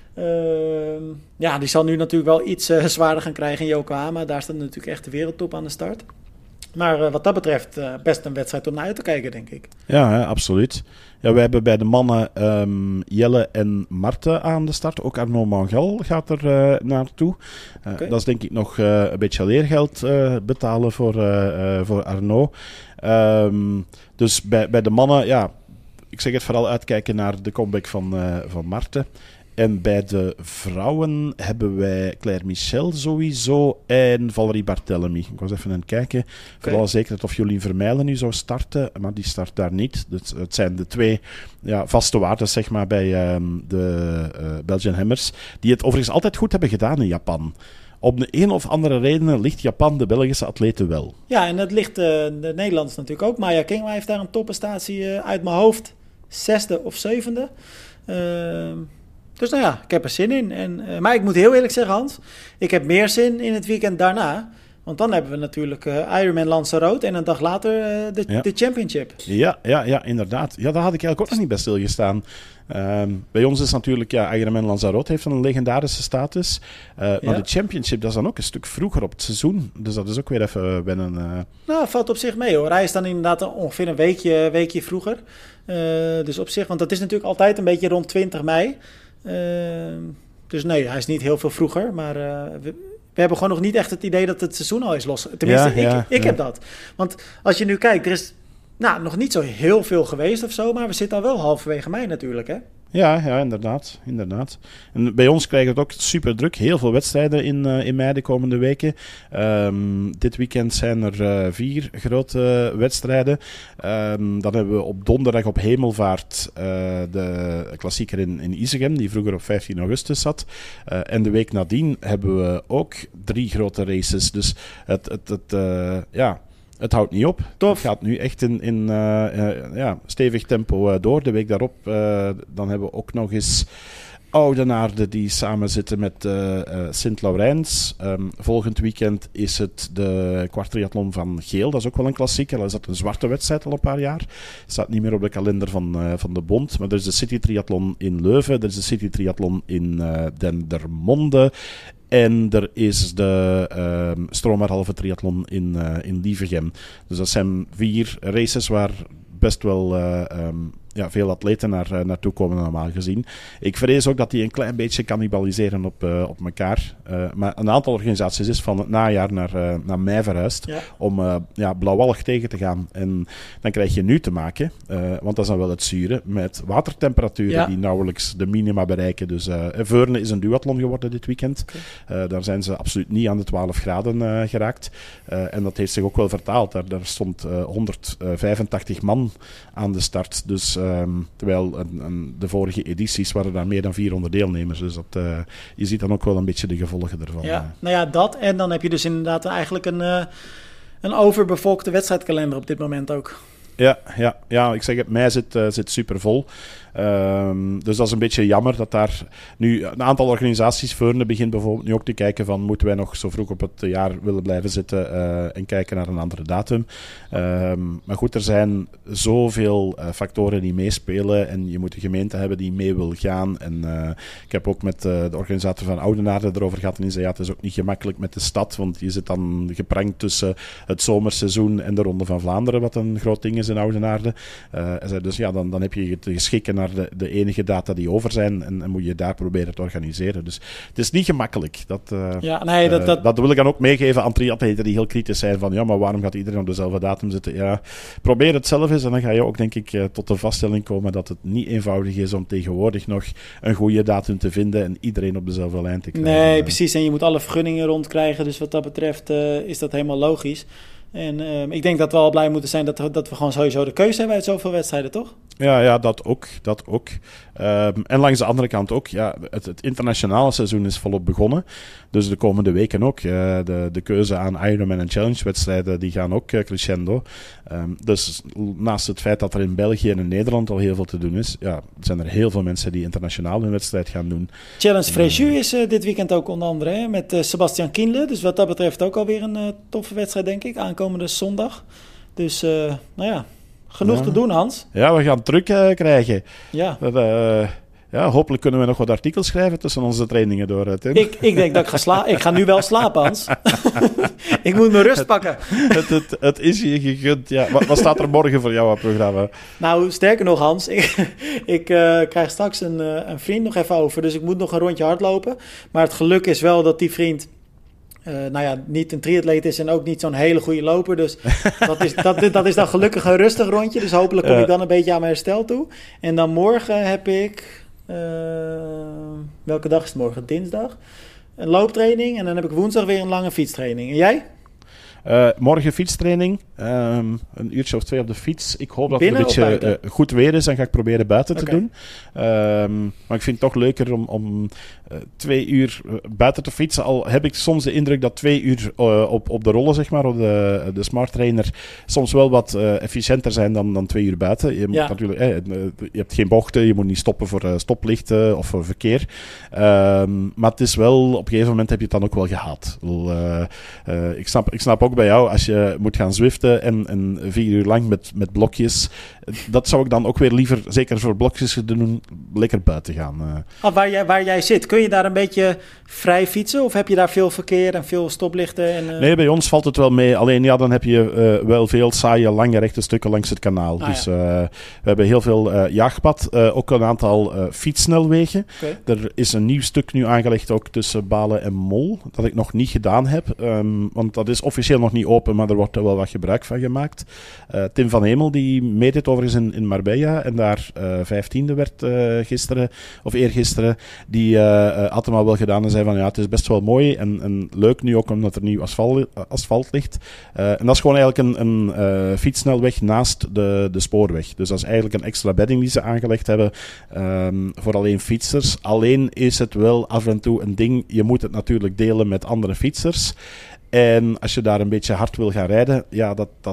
Uh, ja, die zal nu natuurlijk wel iets uh, zwaarder gaan krijgen in Yokohama. Daar staat natuurlijk echt de wereldtop aan de start. Maar uh, wat dat betreft uh, best een wedstrijd om naar uit te kijken, denk ik. Ja, hè, absoluut. Ja, we hebben bij de mannen um, Jelle en Marten aan de start. Ook Arnaud Mangal gaat er uh, naartoe. Uh, okay. Dat is denk ik nog uh, een beetje leergeld uh, betalen voor, uh, uh, voor Arnaud. Um, dus bij, bij de mannen, ja, ik zeg het vooral uitkijken naar de comeback van, uh, van Marten. En bij de vrouwen hebben wij Claire Michel sowieso en Valerie Barthélemy. Ik was even aan het kijken. Okay. Vooral zeker of Jolien Vermeilen nu zou starten, maar die start daar niet. Dus het zijn de twee ja, vaste waardes zeg maar, bij um, de uh, Belgian Hammers, die het overigens altijd goed hebben gedaan in Japan. Op de een of andere reden ligt Japan de Belgische atleten wel. Ja, en dat ligt uh, de Nederlanders natuurlijk ook. Maya Kingma heeft daar een topprestatie uh, uit mijn hoofd. Zesde of zevende. Uh, Dus nou ja, ik heb er zin in. En, uh, maar ik moet heel eerlijk zeggen, Hans, ik heb meer zin in het weekend daarna. Want dan hebben we natuurlijk uh, Ironman Lanzarote en een dag later uh, de, ja. de championship. Ja, ja, ja, inderdaad. Ja, daar had ik eigenlijk ook nog niet bij stilgestaan. Um, bij ons is natuurlijk, ja, Ironman Lanzarote heeft een legendarische status. Uh, maar ja. de championship, dat is dan ook een stuk vroeger op het seizoen. Dus dat is ook weer even wennen. Uh... Nou, valt op zich mee hoor. Hij is dan inderdaad ongeveer een weekje, weekje vroeger. Uh, dus op zich, want dat is natuurlijk altijd een beetje rond twintig mei. Uh, dus nee, hij is niet heel veel vroeger, maar uh, we, we hebben gewoon nog niet echt het idee dat het seizoen al is los. Tenminste, ja, ik, ja, ik ja. heb dat. Want als je nu kijkt, er is nou, nog niet zo heel veel geweest of zo, maar we zitten al wel halverwege mei natuurlijk, hè? Ja, ja, inderdaad, inderdaad. En bij ons krijgen we het ook super druk. Heel veel wedstrijden in, uh, in mei de komende weken. Um, dit weekend zijn er uh, vier grote uh, wedstrijden. Um, dan hebben we op donderdag op Hemelvaart uh, de klassieker in, in Isegem, die vroeger op vijftien augustus zat. Uh, en de week nadien hebben we ook drie grote races. Dus het, het, het uh, ja... Het houdt niet op. Tof. Het gaat nu echt in, in uh, uh, ja, stevig tempo uh, door. De week daarop uh, dan hebben we ook nog eens Oudenaarde die samen zitten met uh, uh, Sint-Laurens. Um, volgend weekend is het de kwartriathlon van Geel. Dat is ook wel een klassieker. Al is dat een zwarte wedstrijd al een paar jaar. Staat niet meer op de kalender van, uh, van de bond. Maar er is de City Triathlon in Leuven. Er is de City Triathlon in uh, Dendermonde. En er is de uh, Stromerhalve Triathlon in, uh, in Lievegem. Dus dat zijn vier races waar best wel uh, um, ja, veel atleten naar, uh, naartoe komen normaal gezien. Ik vrees ook dat die een klein beetje cannibaliseren op, uh, op elkaar. Uh, maar een aantal organisaties is van het najaar naar, uh, naar mei verhuisd ja. om uh, ja, blauwallig tegen te gaan. En dan krijg je nu te maken, uh, want dat is dan wel het zure, met watertemperaturen ja. die nauwelijks de minima bereiken. Dus uh, Veurne is een duathlon geworden dit weekend. Okay. Uh, daar zijn ze absoluut niet aan de twaalf graden uh, geraakt. Uh, en dat heeft zich ook wel vertaald. Daar, daar stond uh, honderdvijfentachtig man aan de start. Dus Um, terwijl een, een, de vorige edities waren daar meer dan vierhonderd deelnemers. Dus dat, uh, je ziet dan ook wel een beetje de gevolgen ervan. Ja, uh. nou ja, dat. En dan heb je dus inderdaad eigenlijk een, uh, een overbevolkte wedstrijdkalender op dit moment ook. Ja, ja, ja, ik zeg het, mei zit, uh, zit super vol. Um, dus dat is een beetje jammer dat daar nu een aantal organisaties, Veurne begint bijvoorbeeld nu ook te kijken van moeten wij nog zo vroeg op het jaar willen blijven zitten uh, en kijken naar een andere datum. Um, maar goed, er zijn zoveel uh, factoren die meespelen en je moet een gemeente hebben die mee wil gaan. En uh, ik heb ook met uh, de organisator van Oudenaarde erover gehad en die zei ja, het is ook niet gemakkelijk met de stad, want je zit dan geprangt tussen het zomerseizoen en de Ronde van Vlaanderen, wat een groot ding is in Oudenaarde. Uh, zei, dus ja, dan, dan heb je te geschikken naar de, de enige data die over zijn en, en moet je daar proberen te organiseren. Dus het is niet gemakkelijk. Dat, uh, ja, nee, dat, dat... Uh, dat wil ik dan ook meegeven aan triatleten die heel kritisch zijn van ja, maar waarom gaat iedereen op dezelfde datum zitten? Ja, probeer het zelf eens en dan ga je ook denk ik uh, tot de vaststelling komen dat het niet eenvoudig is om tegenwoordig nog een goede datum te vinden en iedereen op dezelfde lijn te krijgen. Nee, uh, precies. En je moet alle vergunningen rondkrijgen, dus wat dat betreft uh, is dat helemaal logisch. En uh, ik denk dat we al blij moeten zijn dat, dat we gewoon sowieso de keuze hebben uit zoveel wedstrijden, toch? Ja, ja, dat ook. Dat ook. Um, en langs de andere kant ook, ja, het, het internationale seizoen is volop begonnen. Dus de komende weken ook. Uh, de, de keuze aan Ironman en Challenge-wedstrijden, die gaan ook uh, crescendo. Um, dus naast het feit dat er in België en in Nederland al heel veel te doen is, ja, zijn er heel veel mensen die internationaal hun wedstrijd gaan doen. Challenge Fréjus uh, is uh, dit weekend ook onder andere, hè, met uh, Sebastian Kienle. Dus wat dat betreft ook alweer een uh, toffe wedstrijd, denk ik, aankomende zondag. Dus, uh, nou ja... Genoeg ja. te doen, Hans. Ja, we gaan druk uh, krijgen. Ja. Dat, uh, ja. Hopelijk kunnen we nog wat artikels schrijven tussen onze trainingen door, uh, Tim. Ik, ik denk dat ik ga slapen. Ik ga nu wel slapen, Hans. Ik moet mijn rust pakken. Het, het, het, het is je gegund, ja. Wat, wat staat er morgen voor jou op het programma? Nou, sterker nog, Hans. Ik, ik uh, krijg straks een, uh, een vriend nog even over. Dus ik moet nog een rondje hardlopen. Maar het geluk is wel dat die vriend... Uh, nou ja, niet een triatleet is en ook niet zo'n hele goede loper. Dus dat is, dat, dat is dan gelukkig een rustig rondje. Dus hopelijk kom ik dan een beetje aan mijn herstel toe. En dan morgen heb ik... Uh, welke dag is het morgen? Dinsdag. Een looptraining. En dan heb ik woensdag weer een lange fietstraining. En jij? Uh, morgen fietstraining. Um, een uurtje of twee op de fiets. Ik hoop dat Binnen het een beetje uh, goed weer is en ga ik proberen buiten okay. te doen. Um, maar ik vind het toch leuker om, om uh, twee uur buiten te fietsen. Al heb ik soms de indruk dat twee uur uh, op, op de rollen, zeg maar, op de, de smart trainer, soms wel wat uh, efficiënter zijn dan, dan twee uur buiten. Je, moet ja. natuurlijk, eh, je hebt geen bochten, je moet niet stoppen voor uh, stoplichten of voor verkeer. Um, maar het is wel, op een gegeven moment heb je het dan ook wel gehad. Uh, uh, ik, snap, ik snap ook bij jou, als je moet gaan zwiften en, en vier uur lang met, met blokjes, dat zou ik dan ook weer liever, zeker voor blokjes te doen, lekker buiten gaan. Uh. Ah, waar, jij, waar jij zit, kun je daar een beetje vrij fietsen? Of heb je daar veel verkeer en veel stoplichten? En, uh... Nee, bij ons valt het wel mee. Alleen ja, dan heb je uh, wel veel saaie, lange, rechte stukken langs het kanaal. Ah, dus ja. uh, we hebben heel veel uh, jaagpad, uh, ook een aantal uh, fietssnelwegen. Okay. Er is een nieuw stuk nu aangelegd ook tussen Balen en Mol, dat ik nog niet gedaan heb. Um, want dat is officieel nog niet open, maar er wordt er wel wat gebruik van gemaakt. Uh, Tim van Hemel, die meet het overigens in, in Marbella en daar uh, vijftiende werd uh, gisteren, of eergisteren, die uh, had hem al wel gedaan en zei van ja, het is best wel mooi en, en leuk nu ook omdat er nieuw asfalt, asfalt ligt. Uh, en dat is gewoon eigenlijk een, een uh, fietssnelweg naast de, de spoorweg. Dus dat is eigenlijk een extra bedding die ze aangelegd hebben um, voor alleen fietsers. Alleen is het wel af en toe een ding, je moet het natuurlijk delen met andere fietsers. En als je daar een beetje hard wil gaan rijden, ja, dat, dat,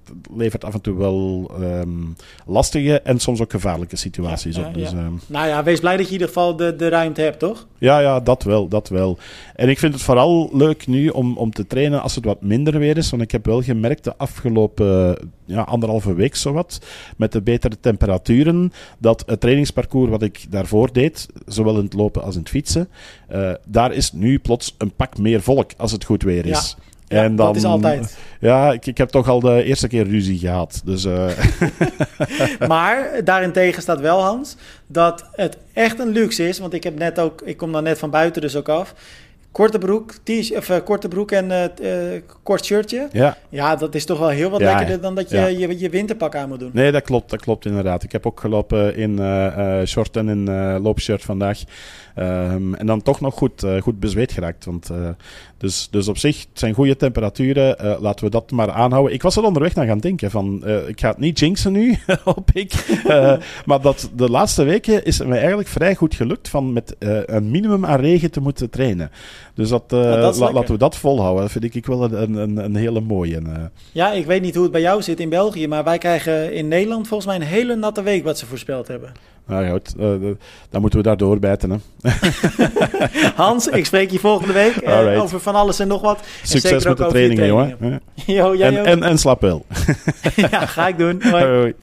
levert af en toe wel um, lastige en soms ook gevaarlijke situaties ja, op. Ja, dus, ja. Um, nou ja, wees blij dat je in ieder geval de, de ruimte hebt, toch? Ja, ja, dat wel, dat wel. En ik vind het vooral leuk nu om, om te trainen als het wat minder weer is. Want ik heb wel gemerkt de afgelopen ja, anderhalve week zowat, met de betere temperaturen, dat het trainingsparcours wat ik daarvoor deed, zowel in het lopen als in het fietsen, uh, daar is nu plots een pak meer volk als het goed weer is. Ja. Ja, en dan, dat is altijd. Ja, ik, ik heb toch al de eerste keer ruzie gehad. Dus, uh... maar daarentegen staat wel, Hans, dat het echt een luxe is. Want ik heb net ook, ik kom dan net van buiten dus ook af. Korte broek, of, uh, korte broek en uh, uh, kort shirtje. Ja. ja, dat is toch wel heel wat ja, lekkerder dan dat je, ja. je je winterpak aan moet doen. Nee, dat klopt, dat klopt inderdaad. Ik heb ook gelopen in uh, uh, short en in uh, loopshirt vandaag. Um, en dan toch nog goed, uh, goed bezweet geraakt. Want, uh, dus, dus op zich, het zijn goede temperaturen. Uh, laten we dat maar aanhouden. Ik was er onderweg naar gaan denken van, uh, ik ga het niet jinxen nu, hoop ik. Uh, maar dat de laatste weken is het mij eigenlijk vrij goed gelukt van met uh, een minimum aan regen te moeten trainen. Dus dat, uh, ja, dat la, laten we dat volhouden. Dat vind ik wel een, een, een hele mooie. Uh. Ja, ik weet niet hoe het bij jou zit in België, maar wij krijgen in Nederland volgens mij een hele natte week wat ze voorspeld hebben. Nou ja, goed, uh, dan moeten we daar doorbijten. Hè. Hans, ik spreek je volgende week uh, over van alles en nog wat. Succes en zeker met ook de trainingen, jongen. Yo, jij en, ook. En, en slap wel. Ja, ga ik doen. Hoi. Hoi.